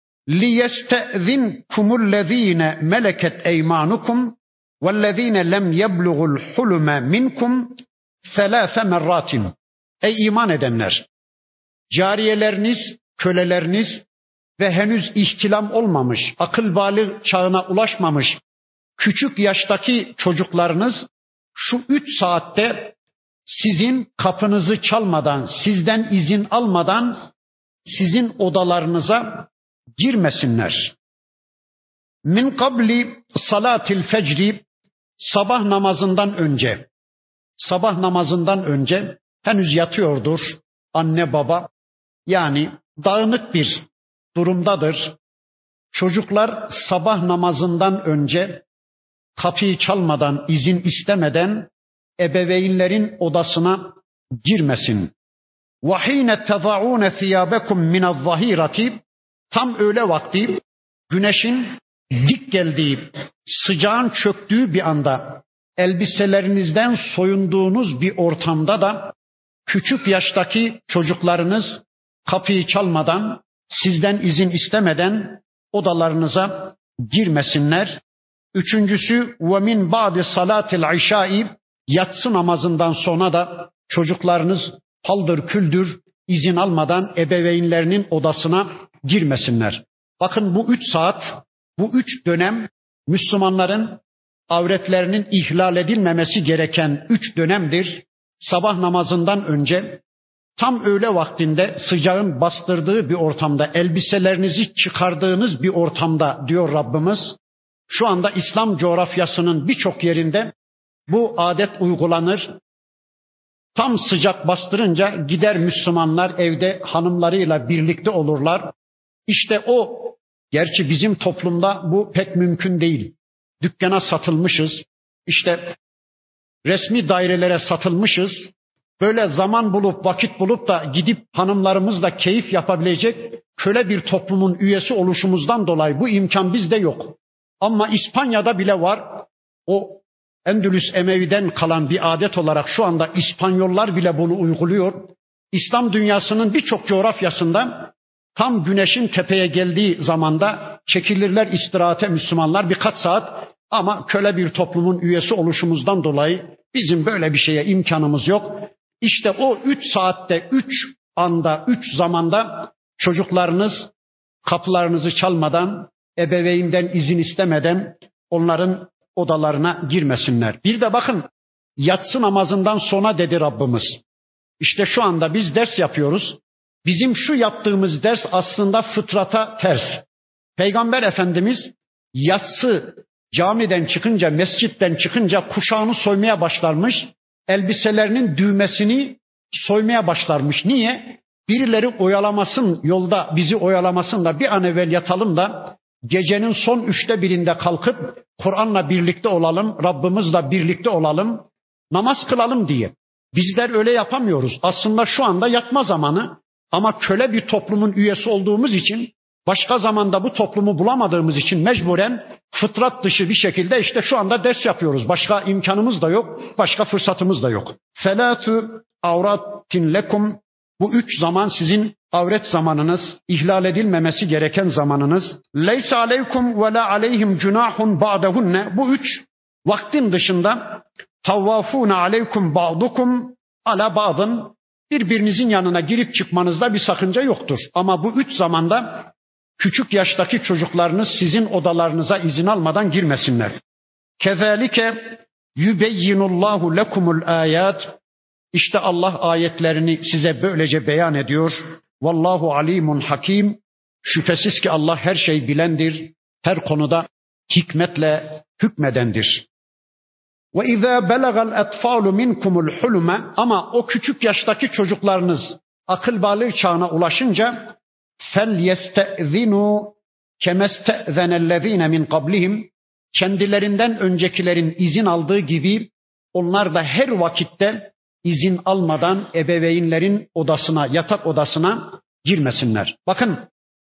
liyestezinkumüllezine meleket eymanukum vellezine lem yeblugul hulume minkum selâse merratin. Ey iman edenler, cariyeleriniz, köleleriniz ve henüz ihtilam olmamış, akıl bâlig çağına ulaşmamış küçük yaştaki çocuklarınız şu üç saatte sizin kapınızı çalmadan, sizden izin almadan sizin odalarınıza girmesinler. Min kabli salatil fecri sabah namazından önce, sabah namazından önce henüz yatıyordur anne baba, yani dağınık bir durumdadır. Çocuklar sabah namazından önce kapıyı çalmadan, izin istemeden ebeveynlerin odasına girmesin. وَحِينَ تَضَعُونَ ثِيَابَكُمْ مِنَ الظَّهِيرَةِ Tam öğle vakti güneşin dik geldiği, sıcağın çöktüğü bir anda elbiselerinizden soyunduğunuz bir ortamda da küçük yaştaki çocuklarınız kapıyı çalmadan, sizden izin istemeden odalarınıza girmesinler. Üçüncüsü وَمِنْ بَعْدِ صَلَاتِ الْعِشَاءِ Yatsı namazından sonra da çocuklarınız paldır küldür izin almadan ebeveynlerinin odasına girmesinler. Bakın bu üç saat, bu üç dönem Müslümanların avretlerinin ihlal edilmemesi gereken üç dönemdir. Sabah namazından önce tam öğle vaktinde sıcağın bastırdığı bir ortamda, elbiselerinizi çıkardığınız bir ortamda diyor Rabbimiz. Şu anda İslam coğrafyasının birçok yerinde bu adet uygulanır. Tam sıcak bastırınca gider Müslümanlar evde hanımlarıyla birlikte olurlar. İşte o, gerçi bizim toplumda bu pek mümkün değil. Dükkana satılmışız, işte resmi dairelere satılmışız. Böyle zaman bulup vakit bulup da gidip hanımlarımızla keyif yapabilecek köle bir toplumun üyesi oluşumuzdan dolayı bu imkan bizde yok. Ama İspanya'da bile var. O Endülüs Emevi'den kalan bir adet olarak şu anda İspanyollar bile bunu uyguluyor. İslam dünyasının birçok coğrafyasında tam güneşin tepeye geldiği zamanda çekilirler istirahate Müslümanlar birkaç saat, ama köle bir toplumun üyesi oluşumuzdan dolayı bizim böyle bir şeye imkanımız yok. İşte o üç saatte, üç anda, üç zamanda çocuklarınız kapılarınızı çalmadan, ebeveynden izin istemeden onların odalarına girmesinler. Bir de bakın, yatsı namazından sonra dedi Rabbimiz. İşte şu anda biz ders yapıyoruz. Bizim şu yaptığımız ders aslında fıtrata ters. Peygamber Efendimiz yatsı camiden çıkınca, mescitten çıkınca kuşağını soymaya başlarmış. Elbiselerinin düğmesini soymaya başlarmış. Niye? Birileri oyalamasın, yolda bizi oyalamasın da bir an evvel yatalım da gecenin son üçte birinde kalkıp Kur'an'la birlikte olalım, Rabbimizle birlikte olalım, namaz kılalım diye. Bizler öyle yapamıyoruz. Aslında şu anda yatma zamanı, ama köle bir toplumun üyesi olduğumuz için, başka zamanda bu toplumu bulamadığımız için mecburen fıtrat dışı bir şekilde işte şu anda ders yapıyoruz. Başka imkanımız da yok, başka fırsatımız da yok. Felatu avratin lekum, bu üç zaman sizin avret zamanınız, ihlal edilmemesi gereken zamanınız. Leysa aleykum ve la aleyhim cunahun ba'dahunne, bu üç vaktin dışında tavvafune aleykum ba'dukum ala ba'dın, birbirinizin yanına girip çıkmanızda bir sakınca yoktur. Ama bu üç zamanda küçük yaştaki çocuklarınız sizin odalarınıza izin almadan girmesinler. Kezalike yubeyyinullahu lekumul ayat, İşte Allah ayetlerini size böylece beyan ediyor. Vallahu alimun hakim. Şüphesiz ki Allah her şeyi bilendir, her konuda hikmetle hükmedendir. Ve izâ belagal etfâlu minkumul hulme, ama o küçük yaştaki çocuklarınız akıl balığı çağına ulaşınca fel yeste'zinu kemeste'zenellezîne min qablihim, kendilerinden öncekilerin izin aldığı gibi onlar da her vakitte izin almadan ebeveynlerin odasına, yatak odasına girmesinler. Bakın,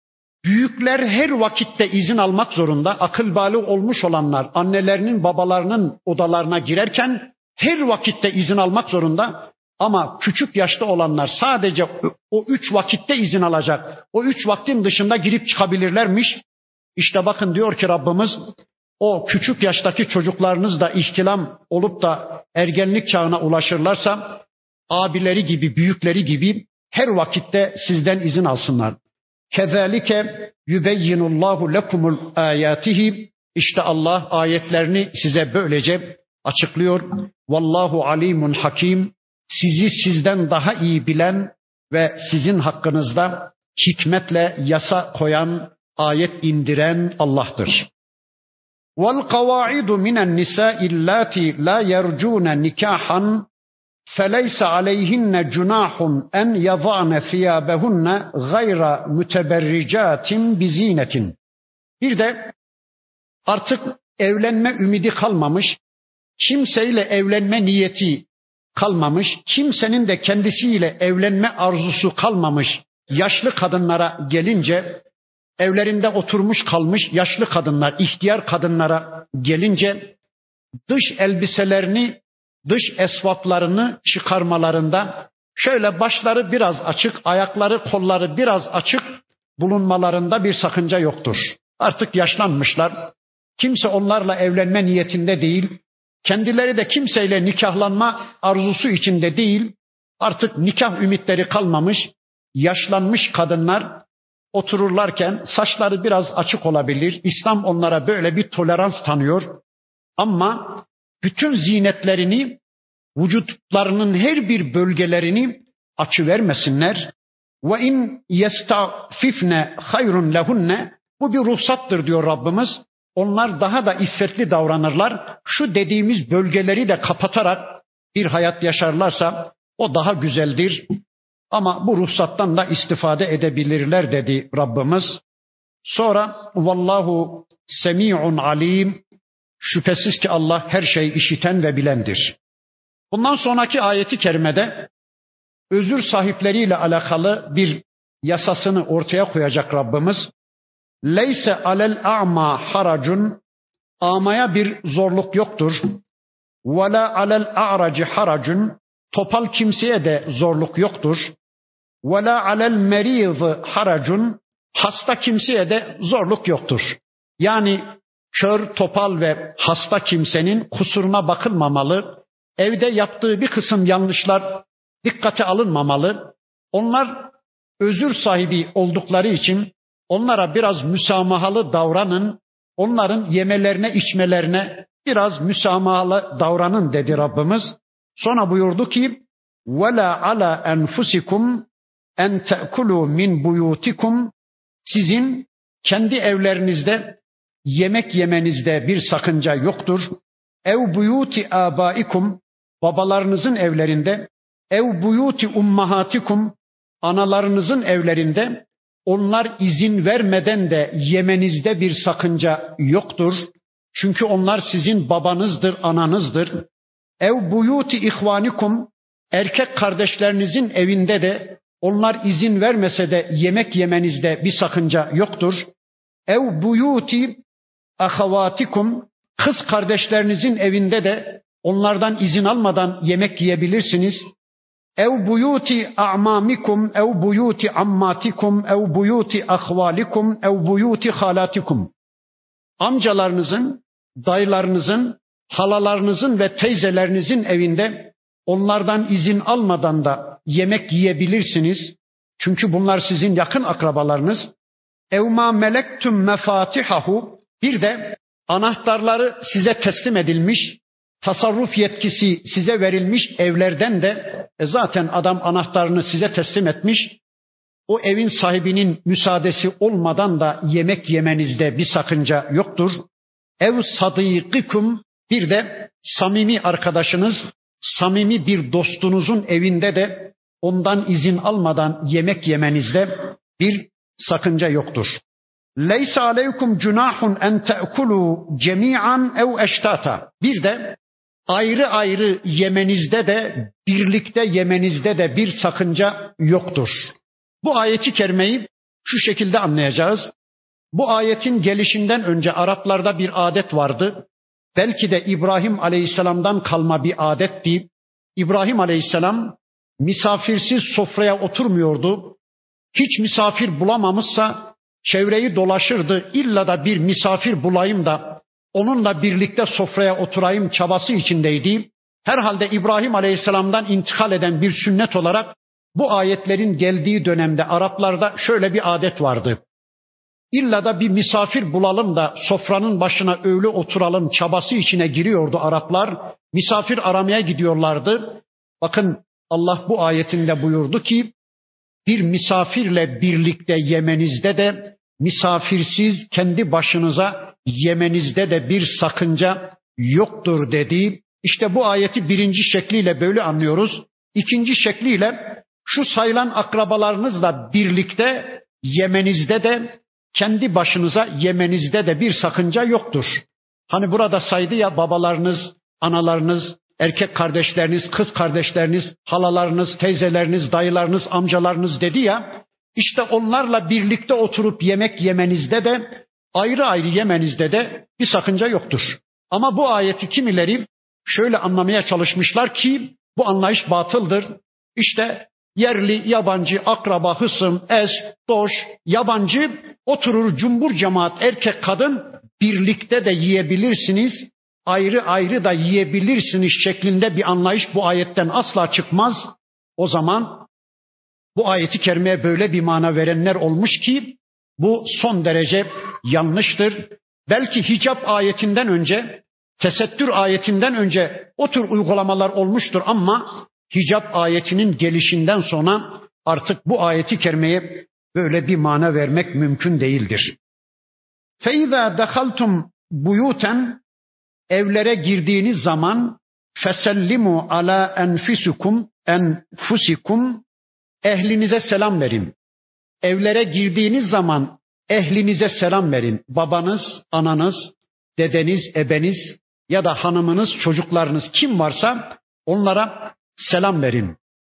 büyükler her vakitte izin almak zorunda. Akıl balığı olmuş olanlar annelerinin, babalarının odalarına girerken her vakitte izin almak zorunda. Ama küçük yaşta olanlar sadece o üç vakitte izin alacak. O üç vaktin dışında girip çıkabilirlermiş. İşte bakın diyor ki Rabbimiz, o küçük yaştaki çocuklarınız da ihtilam olup da ergenlik çağına ulaşırlarsa abileri gibi, büyükleri gibi her vakitte sizden izin alsınlar. Kezalike yubeyyinullahu lekumul ayatihi, işte Allah ayetlerini size böylece açıklıyor. Vallahu alimun hakim, sizi sizden daha iyi bilen ve sizin hakkınızda hikmetle yasa koyan, ayet indiren Allah'tır. وَالْقَوَاعِدُ مِنَ النِّسَاءِ اللَّاتِي لَا يَرْجُونَ نِكَاحًا فَلَيْسَ عَلَيْهِنَّ جُنَاحٌ أَنْ يَضَعْنَ ثِيَابَهُنَّ غَيْرَ مُتَبَرِّجَاتٍ بِزِينَةٍ. Bir de artık evlenme ümidi kalmamış, kimseyle evlenme niyeti kalmamış, kimsenin de kendisiyle evlenme arzusu kalmamış yaşlı kadınlara gelince, evlerinde oturmuş kalmış yaşlı kadınlar, ihtiyar kadınlara gelince dış elbiselerini, dış esvaplarını çıkarmalarında, şöyle başları biraz açık, ayakları, kolları biraz açık bulunmalarında bir sakınca yoktur. Artık yaşlanmışlar. Kimse onlarla evlenme niyetinde değil. Kendileri de kimseyle nikahlanma arzusu içinde değil. Artık nikah ümitleri kalmamış, yaşlanmış kadınlar otururlarken saçları biraz açık olabilir. İslam onlara böyle bir tolerans tanıyor. Ama bütün zinetlerini, vücutlarının her bir bölgelerini açıvermesinler. Ve in yestafifne hayrun lehunne, bu bir ruhsattır diyor Rabbimiz. Onlar daha da iffetli davranırlar. Şu dediğimiz bölgeleri de kapatarak bir hayat yaşarlarsa o daha güzeldir. Ama bu ruhsattan da istifade edebilirler dedi Rabbimiz. Sonra vallahu semi'un alim, şüphesiz ki Allah her şeyi işiten ve bilendir. Bundan sonraki ayeti kerimede özür sahipleriyle alakalı bir yasasını ortaya koyacak Rabbimiz. Leyse alel a'ma haracun, amaya bir zorluk yoktur. Ve la alel a'raci haracun, topal kimseye de zorluk yoktur. Ve la alel meriz haracun, hasta kimseye de zorluk yoktur. Yani kör, topal ve hasta kimsenin kusuruna bakılmamalı. Evde yaptığı bir kısım yanlışlar dikkate alınmamalı. Onlar özür sahibi oldukları için onlara biraz müsamahalı davranın. Onların yemelerine, içmelerine biraz müsamahalı davranın dedi Rabbimiz. Sonra buyurdu ki: "Vela ala enfusikum en te'kulu min buyutikum." Sizin kendi evlerinizde yemek yemenizde bir sakınca yoktur. Ev buyuti abaikum, babalarınızın evlerinde, ev buyuti ummahatikum, analarınızın evlerinde, onlar izin vermeden de yemenizde bir sakınca yoktur. Çünkü onlar sizin babanızdır, ananızdır. Ev buyuti ihvanikum, erkek kardeşlerinizin evinde de onlar izin vermese de yemek yemenizde bir sakınca yoktur. Ev buyuti ahavatikum, kız kardeşlerinizin evinde de onlardan izin almadan yemek yiyebilirsiniz. Ev buyuti a'mamikum, ev buyuti ammatikum, ev buyuti ahvalikum, ev buyuti halatikum. Amcalarınızın, dayılarınızın, halalarınızın ve teyzelerinizin evinde onlardan izin almadan da yemek yiyebilirsiniz. Çünkü bunlar sizin yakın akrabalarınız. Ev ma melektum mefatihahu, bir de anahtarları size teslim edilmiş, tasarruf yetkisi size verilmiş evlerden de e zaten adam anahtarını size teslim etmiş. O evin sahibinin müsaadesi olmadan da yemek yemenizde bir sakınca yoktur. Ev sadiqikum, bir de samimi arkadaşınız, samimi bir dostunuzun evinde de ondan izin almadan yemek yemenizde bir sakınca yoktur. Leysa aleykum cunahun en te'kulu cemi'an ev eştata. Bir de ayrı ayrı yemenizde de birlikte yemenizde de bir sakınca yoktur. Bu ayeti kerimeyi şu şekilde anlayacağız. Bu ayetin gelişinden önce Araplarda bir adet vardı. Belki de İbrahim Aleyhisselam'dan kalma bir adetti. İbrahim Aleyhisselam misafirsiz sofraya oturmuyordu. Hiç misafir bulamamışsa çevreyi dolaşırdı. İlla da bir misafir bulayım da onunla birlikte sofraya oturayım çabası içindeydi. Herhalde İbrahim Aleyhisselam'dan intikal eden bir sünnet olarak bu ayetlerin geldiği dönemde Araplarda şöyle bir adet vardı. İlla da bir misafir bulalım da sofranın başına öyle oturalım çabası içine giriyordu Araplar. Misafir aramaya gidiyorlardı. Bakın Allah bu ayetinde buyurdu ki bir misafirle birlikte yemenizde de misafirsiz kendi başınıza yemenizde de bir sakınca yoktur dedi. İşte bu ayeti birinci şekliyle böyle anlıyoruz. İkinci şekliyle şu sayılan akrabalarınızla birlikte yemenizde de kendi başınıza yemenizde de bir sakınca yoktur. Hani burada saydı ya babalarınız, analarınız, erkek kardeşleriniz, kız kardeşleriniz, halalarınız, teyzeleriniz, dayılarınız, amcalarınız dedi ya. İşte onlarla birlikte oturup yemek yemenizde de ayrı ayrı yemenizde de bir sakınca yoktur. Ama bu ayeti kimileri şöyle anlamaya çalışmışlar ki bu anlayış batıldır. İşte yerli, yabancı, akraba, hısım, eş, dost, yabancı oturur cumbur cemaat erkek kadın birlikte de yiyebilirsiniz, ayrı ayrı da yiyebilirsiniz şeklinde bir anlayış bu ayetten asla çıkmaz. O zaman bu ayeti kerimeye böyle bir mana verenler olmuş ki bu son derece yanlıştır. Belki hicap ayetinden önce, tesettür ayetinden önce o tür uygulamalar olmuştur ama hicap ayetinin gelişinden sonra artık bu ayeti kerimeye böyle bir mana vermek mümkün değildir. فَاِذَا دَخَلْتُمْ buyuten, evlere girdiğiniz zaman fesellimu ala enfisukum enfusikum, ehlinize selam verin. Evlere girdiğiniz zaman Ehlinize selam verin. Babanız, ananız, dedeniz, ebeniz ya da hanımınız, çocuklarınız kim varsa onlara selam verin.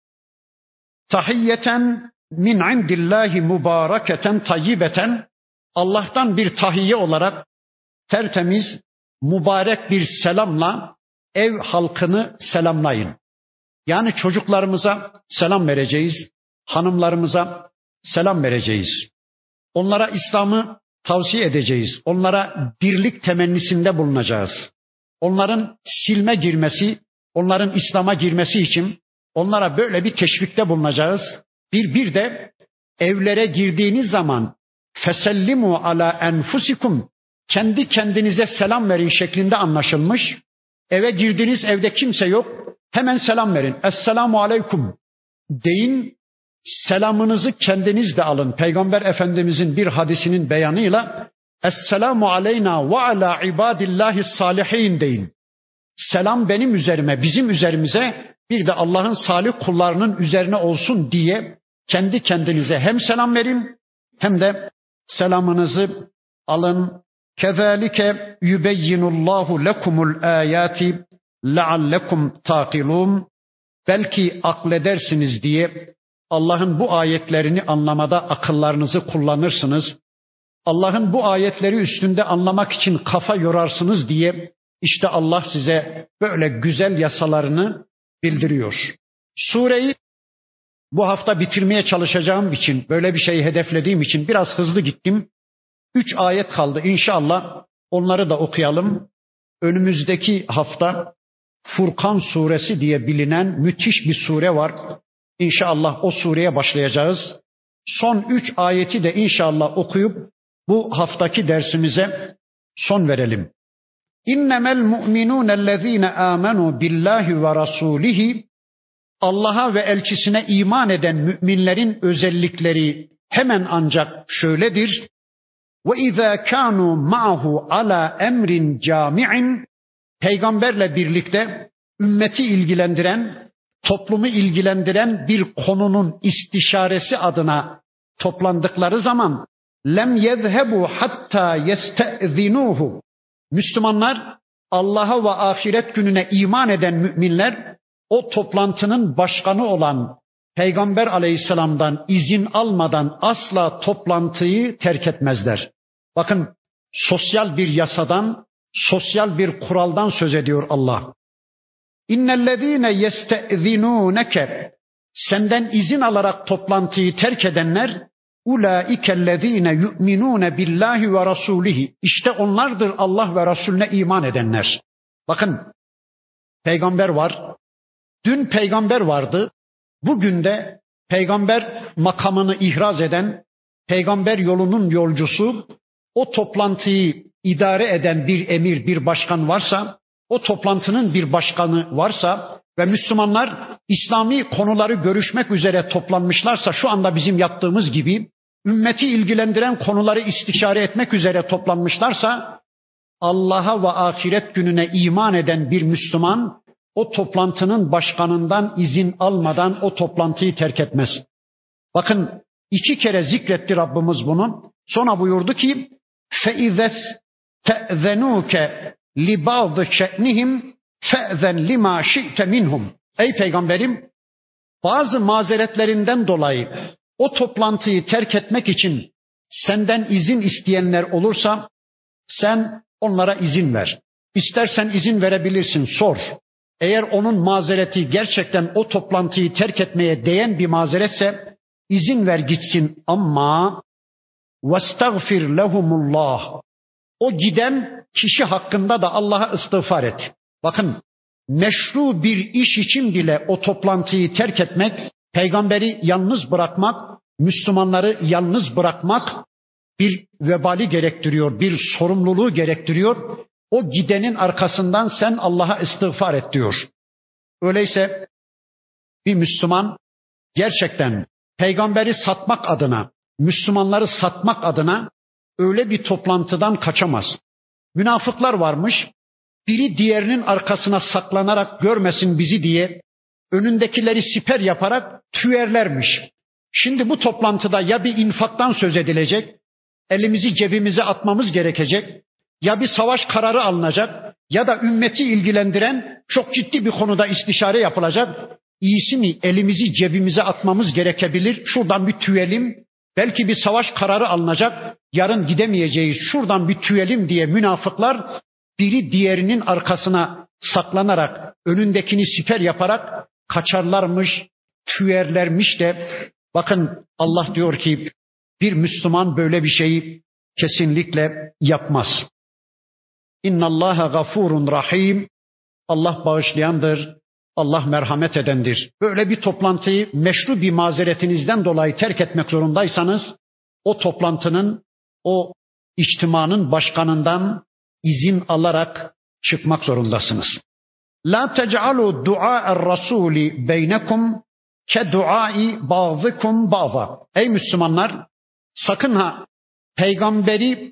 Tahiyyeten min indillahi mübareketen tayyibeten, Allah'tan bir tahiyye olarak tertemiz, mübarek bir selamla ev halkını selamlayın. Yani çocuklarımıza selam vereceğiz, hanımlarımıza selam vereceğiz. Onlara İslam'ı tavsiye edeceğiz. Onlara birlik temennisinde bulunacağız. Onların silme girmesi, onların İslam'a girmesi için onlara böyle bir teşvikte bulunacağız. Bir bir de evlere girdiğiniz zaman fesellimu ala enfusikum, kendi kendinize selam verin şeklinde anlaşılmış. Eve girdiniz, evde kimse yok. Hemen selam verin. Esselamu aleyküm deyin. Selamınızı kendiniz de alın. Peygamber Efendimizin bir hadisinin beyanıyla Esselamu aleyna ve ala ibadillahi salihin deyin. Selam benim üzerime, bizim üzerimize, bir de Allah'ın salih kullarının üzerine olsun diye kendi kendinize hem selam verin hem de selamınızı alın. Kezalike yubeyyinullahu lekumul ayati leallekum taqilun. Belki akledersiniz diye Allah'ın bu ayetlerini anlamada akıllarınızı kullanırsınız. Allah'ın bu ayetleri üstünde anlamak için kafa yorarsınız diye işte Allah size böyle güzel yasalarını bildiriyor. Sureyi bu hafta bitirmeye çalışacağım için, böyle bir şeyi hedeflediğim için biraz hızlı gittim. Üç ayet kaldı. İnşallah onları da okuyalım. Önümüzdeki hafta Furkan suresi diye bilinen müthiş bir sure var. İnşallah o sureye başlayacağız. Son üç ayeti de inşallah okuyup bu haftaki dersimize son verelim. İnnemel mu'minûnellezîne âmenû billâhi ve rasûlihi. Allah'a ve elçisine iman eden müminlerin özellikleri hemen ancak şöyledir. Ve izâ kânû ma'hu alâ emrin câmi'in. Peygamberle birlikte ümmeti ilgilendiren, toplumu ilgilendiren bir konunun istişaresi adına toplandıkları zaman lem yezhebu hatta yestezinuhu. Müslümanlar, Allah'a ve ahiret gününe iman eden müminler o toplantının başkanı olan Peygamber Aleyhisselam'dan izin almadan asla toplantıyı terk etmezler. Bakın, sosyal bir yasadan, sosyal bir kuraldan söz ediyor Allah. İnnellezîne yestezinûneke. Senden izin alarak toplantıyı terk edenler ulaikellezîne yu'minûne billâhi ve rasûlihi. İşte onlardır Allah ve Resulüne iman edenler. Bakın, peygamber var. Dün peygamber vardı. Bugün de peygamber makamını ihraz eden, peygamber yolunun yolcusu, o toplantıyı idare eden bir emir, bir başkan varsa, o toplantının bir başkanı varsa ve Müslümanlar İslami konuları görüşmek üzere toplanmışlarsa, şu anda bizim yaptığımız gibi ümmeti ilgilendiren konuları istişare etmek üzere toplanmışlarsa, Allah'a ve ahiret gününe iman eden bir Müslüman o toplantının başkanından izin almadan o toplantıyı terk etmez. Bakın, iki kere zikretti Rabbimiz bunu. Sonra buyurdu ki فَاِذَسْ تَأْذَنُوكَ لِبَعْضِ شَأْنِهِمْ فَأْذَنْ لِمَا شِئْتَ مِنْهُمْ. Ey peygamberim, bazı mazeretlerinden dolayı o toplantıyı terk etmek için senden izin isteyenler olursa sen onlara izin ver. İstersen izin verebilirsin, sor. Eğer onun mazereti gerçekten o toplantıyı terk etmeye değen bir mazeretse izin ver gitsin, ama وَاسْتَغْفِرْ لَهُمُ اللّٰهِ. O giden kişi hakkında da Allah'a istiğfar et. Bakın, meşru bir iş için bile o toplantıyı terk etmek, peygamberi yalnız bırakmak, Müslümanları yalnız bırakmak bir vebali gerektiriyor, bir sorumluluğu gerektiriyor. O gidenin arkasından sen Allah'a istiğfar et diyor. Öyleyse bir Müslüman gerçekten peygamberi satmak adına, Müslümanları satmak adına öyle bir toplantıdan kaçamaz. Münafıklar varmış, biri diğerinin arkasına saklanarak görmesin bizi diye önündekileri siper yaparak tüyerlermiş. Şimdi bu toplantıda ya bir infaktan söz edilecek, elimizi cebimize atmamız gerekecek. Ya bir savaş kararı alınacak ya da ümmeti ilgilendiren çok ciddi bir konuda istişare yapılacak. İyisi mi elimizi cebimize atmamız gerekebilir. Şuradan bir tüyelim. Belki bir savaş kararı alınacak. Yarın gidemeyeceğiz. Şuradan bir tüyelim diye münafıklar biri diğerinin arkasına saklanarak, önündekini siper yaparak kaçarlarmış, tüyerlermiş de bakın Allah diyor ki bir Müslüman böyle bir şeyi kesinlikle yapmaz. İnnallâhe gafurun rahim. Allah bağışlayandır. Allah merhamet edendir. Böyle bir toplantıyı meşru bir mazeretinizden dolayı terk etmek zorundaysanız o toplantının, o içtimanın başkanından izin alarak çıkmak zorundasınız. La tec'alu du'a'er rasuli beynekum ke du'ai ba'zikum ba'za. Ey Müslümanlar, sakın ha peygamberi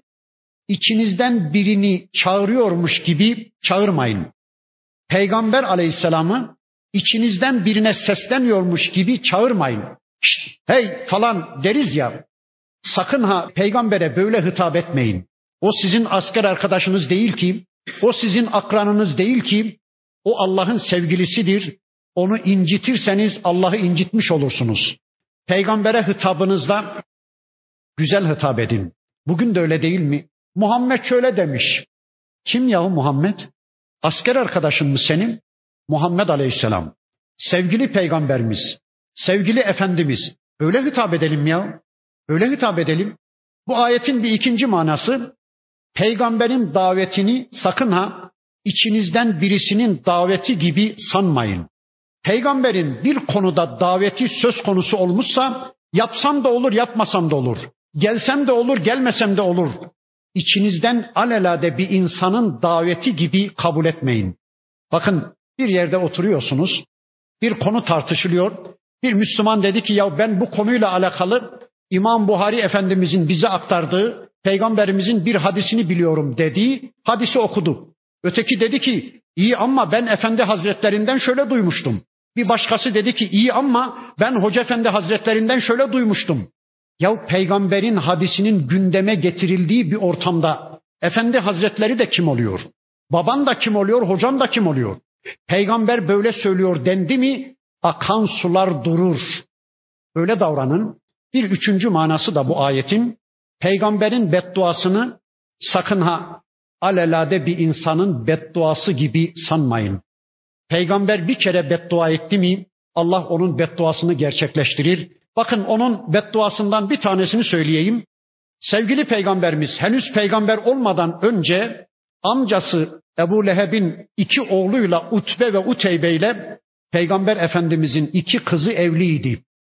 içinizden birini çağırıyormuş gibi çağırmayın. Peygamber aleyhisselamı içinizden birine sesleniyormuş gibi çağırmayın. Şşt, hey falan deriz ya, sakın ha peygambere böyle hitap etmeyin. O sizin asker arkadaşınız değil ki, o sizin akranınız değil ki, o Allah'ın sevgilisidir. Onu incitirseniz Allah'ı incitmiş olursunuz. Peygambere hitabınızda güzel hitap edin. Bugün de öyle değil mi? Muhammed şöyle demiş. Kim yahu Muhammed? Asker arkadaşın mı senin? Muhammed Aleyhisselam. Sevgili peygamberimiz, sevgili efendimiz. Öyle hitap edelim ya. Öyle hitap edelim. Bu ayetin bir ikinci manası, peygamberin davetini sakın ha içinizden birisinin daveti gibi sanmayın. Peygamberin bir konuda daveti söz konusu olmuşsa yapsam da olur, yapmasam da olur. Gelsem de olur, gelmesem de olur. İçinizden alelade bir insanın daveti gibi kabul etmeyin. Bakın bir yerde oturuyorsunuz, bir konu tartışılıyor. Bir Müslüman dedi ki ya ben bu konuyla alakalı İmam Buhari Efendimizin bize aktardığı Peygamberimizin bir hadisini biliyorum dediği hadisi okudu. Öteki dedi ki iyi ama ben Efendi Hazretlerinden şöyle duymuştum. Bir başkası dedi ki iyi ama ben Hoca Efendi Hazretlerinden şöyle duymuştum. Ya peygamberin hadisinin gündeme getirildiği bir ortamda Efendi Hazretleri de kim oluyor? Baban da kim oluyor? Hocan da kim oluyor? Peygamber böyle söylüyor dendi mi akan sular durur. Böyle davranın. Bir üçüncü manası da bu ayetin, peygamberin bedduasını sakın ha alelade bir insanın bedduası gibi sanmayın. Peygamber bir kere beddua etti mi Allah onun bedduasını gerçekleştirir. Bakın onun bedduasından bir tanesini söyleyeyim. Sevgili peygamberimiz henüz peygamber olmadan önce amcası Ebu Leheb'in iki oğluyla Utbe ve Uteybe ile Peygamber Efendimizin iki kızı evliydi.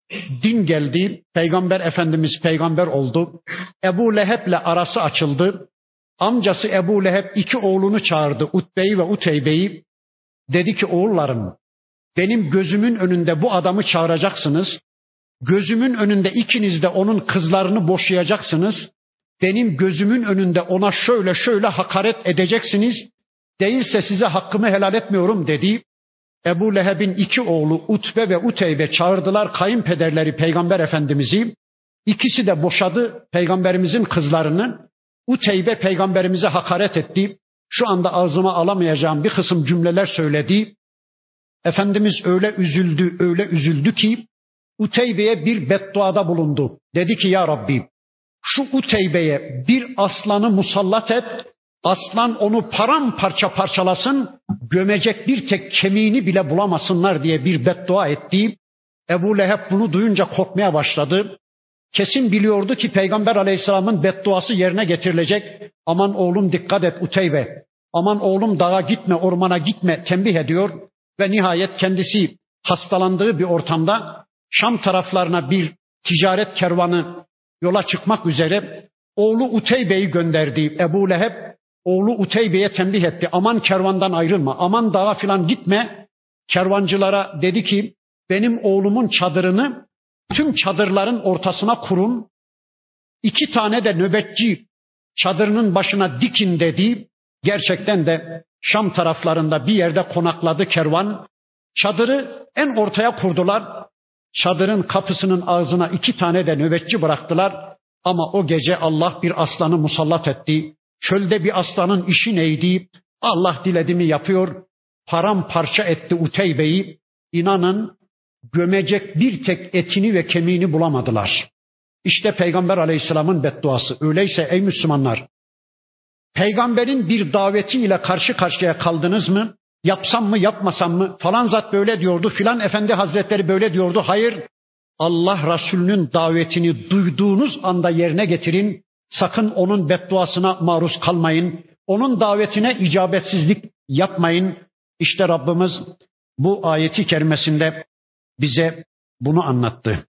Din geldi, Peygamber Efendimiz peygamber oldu. Ebu Leheb'le arası açıldı. Amcası Ebu Leheb iki oğlunu çağırdı, Utbe'yi ve Uteybe'yi. Dedi ki oğullarım, benim gözümün önünde bu adamı çağıracaksınız. Gözümün önünde ikiniz de onun kızlarını boşayacaksınız. Benim gözümün önünde ona şöyle şöyle hakaret edeceksiniz. Değilse size hakkımı helal etmiyorum dedi. Ebu Leheb'in iki oğlu Utbe ve Uteybe çağırdılar kayınpederleri Peygamber Efendimiz'i. İkisi de boşadı Peygamberimizin kızlarını. Uteybe Peygamberimize hakaret etti. Şu anda ağzıma alamayacağım bir kısım cümleler söyledi. Efendimiz öyle üzüldü, öyle üzüldü ki Uteybe'ye bir bedduada bulundu. Dedi ki ya Rabbi şu Uteybe'ye bir aslanı musallat et. Aslan onu paramparça parçalasın, gömecek bir tek kemiğini bile bulamasınlar diye bir beddua etti. Ebu Leheb bunu duyunca korkmaya başladı. Kesin biliyordu ki Peygamber Aleyhisselam'ın bedduası yerine getirilecek. Aman oğlum dikkat et Uteybe. Aman oğlum dağa gitme, ormana gitme tembih ediyor. Ve nihayet kendisi hastalandığı bir ortamda Şam taraflarına bir ticaret kervanı yola çıkmak üzere oğlu Uteybe'yi gönderdi. Ebu Leheb oğlu Uteybe'ye tembih etti. Aman kervandan ayrılma, aman dağa filan gitme. Kervancılara dedi ki benim oğlumun çadırını tüm çadırların ortasına kurun. İki tane de nöbetçi çadırının başına dikin dedi. Gerçekten de Şam taraflarında bir yerde konakladı kervan. Çadırı en ortaya kurdular. Çadırın kapısının ağzına iki tane de nöbetçi bıraktılar. Ama o gece Allah bir aslanı musallat etti. Çölde bir aslanın işi neydi? Allah diledi mi yapıyor. Paramparça etti Uteybe'yi. İnanın gömecek bir tek etini ve kemiğini bulamadılar. İşte Peygamber Aleyhisselam'ın bedduası. Öyleyse ey Müslümanlar, Peygamberin bir davetiyle karşı karşıya kaldınız mı? Yapsam mı yapmasam mı? Falan zat böyle diyordu, filan efendi hazretleri böyle diyordu. Hayır, Allah Resulü'nün davetini duyduğunuz anda yerine getirin. Sakın onun bedduasına maruz kalmayın. Onun davetine icabetsizlik yapmayın. İşte Rabbimiz bu ayeti kerimesinde bize bunu anlattı.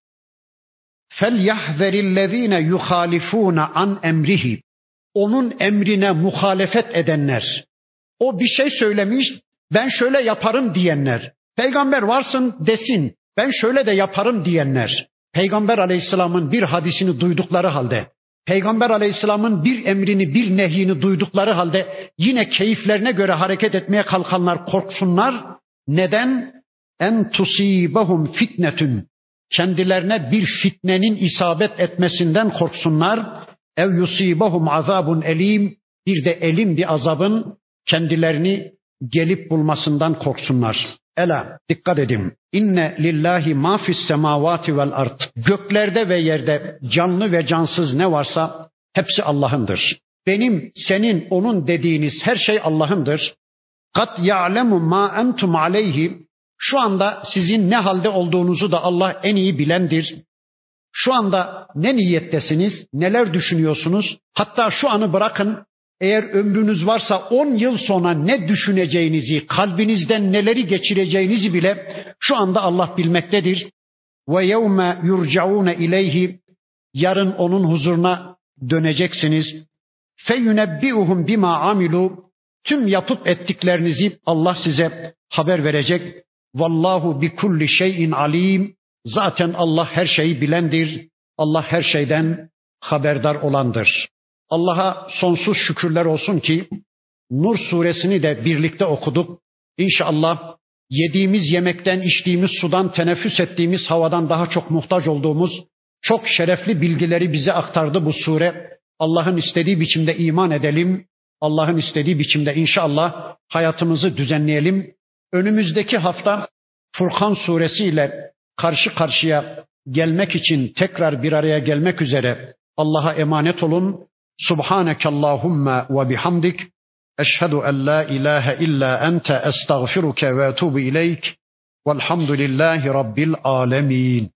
فَلْيَحْذَرِ الَّذ۪ينَ يُخَالِفُونَ عَنْ اَمْرِهِ Onun emrine muhalefet edenler. O bir şey söylemiş, ben şöyle yaparım diyenler. Peygamber varsın desin, ben şöyle de yaparım diyenler. Peygamber Aleyhisselam'ın bir hadisini duydukları halde, Peygamber Aleyhisselam'ın bir emrini, bir nehyini duydukları halde yine keyiflerine göre hareket etmeye kalkanlar korksunlar. Neden? En tusibahum fitnetun. Kendilerine bir fitnenin isabet etmesinden korksunlar. Ev yusibahum azabun elim. Bir de elim bir azabın kendilerini gelip bulmasından korksunlar. Ela, dikkat edin. İnne lillahi ma fis semavati vel ard. Göklerde ve yerde canlı ve cansız ne varsa hepsi Allah'ındır. Benim, senin, onun dediğiniz her şey Allah'ındır. Kat ya'lemu ma entum aleyhi. Şu anda sizin ne halde olduğunuzu da Allah en iyi bilendir. Şu anda ne niyettesiniz, neler düşünüyorsunuz? Hatta şu anı bırakın, eğer ömrünüz varsa on yıl sonra ne düşüneceğinizi, kalbinizden neleri geçireceğinizi bile şu anda Allah bilmektedir. Ve yevme yurcaune ileyhi. Yarın onun huzuruna döneceksiniz. Feyunebbiuhum bima amilu. Tüm yapıp ettiklerinizi Allah size haber verecek. Vallahu bi kulli şeyin alim. Zaten Allah her şeyi bilendir. Allah her şeyden haberdar olandır. Allah'a sonsuz şükürler olsun ki Nur suresini de birlikte okuduk. İnşallah yediğimiz yemekten, içtiğimiz sudan, teneffüs ettiğimiz havadan daha çok muhtaç olduğumuz çok şerefli bilgileri bize aktardı bu sure. Allah'ın istediği biçimde iman edelim. Allah'ın istediği biçimde inşallah hayatımızı düzenleyelim. Önümüzdeki hafta Furkan suresiyle karşı karşıya gelmek için tekrar bir araya gelmek üzere Allah'a emanet olun. Subhanekallahumma ve bihamdik. Eşhedü en la ilahe illa ente estağfiruke ve etubu ileyk. Velhamdülillahi Rabbil alemin.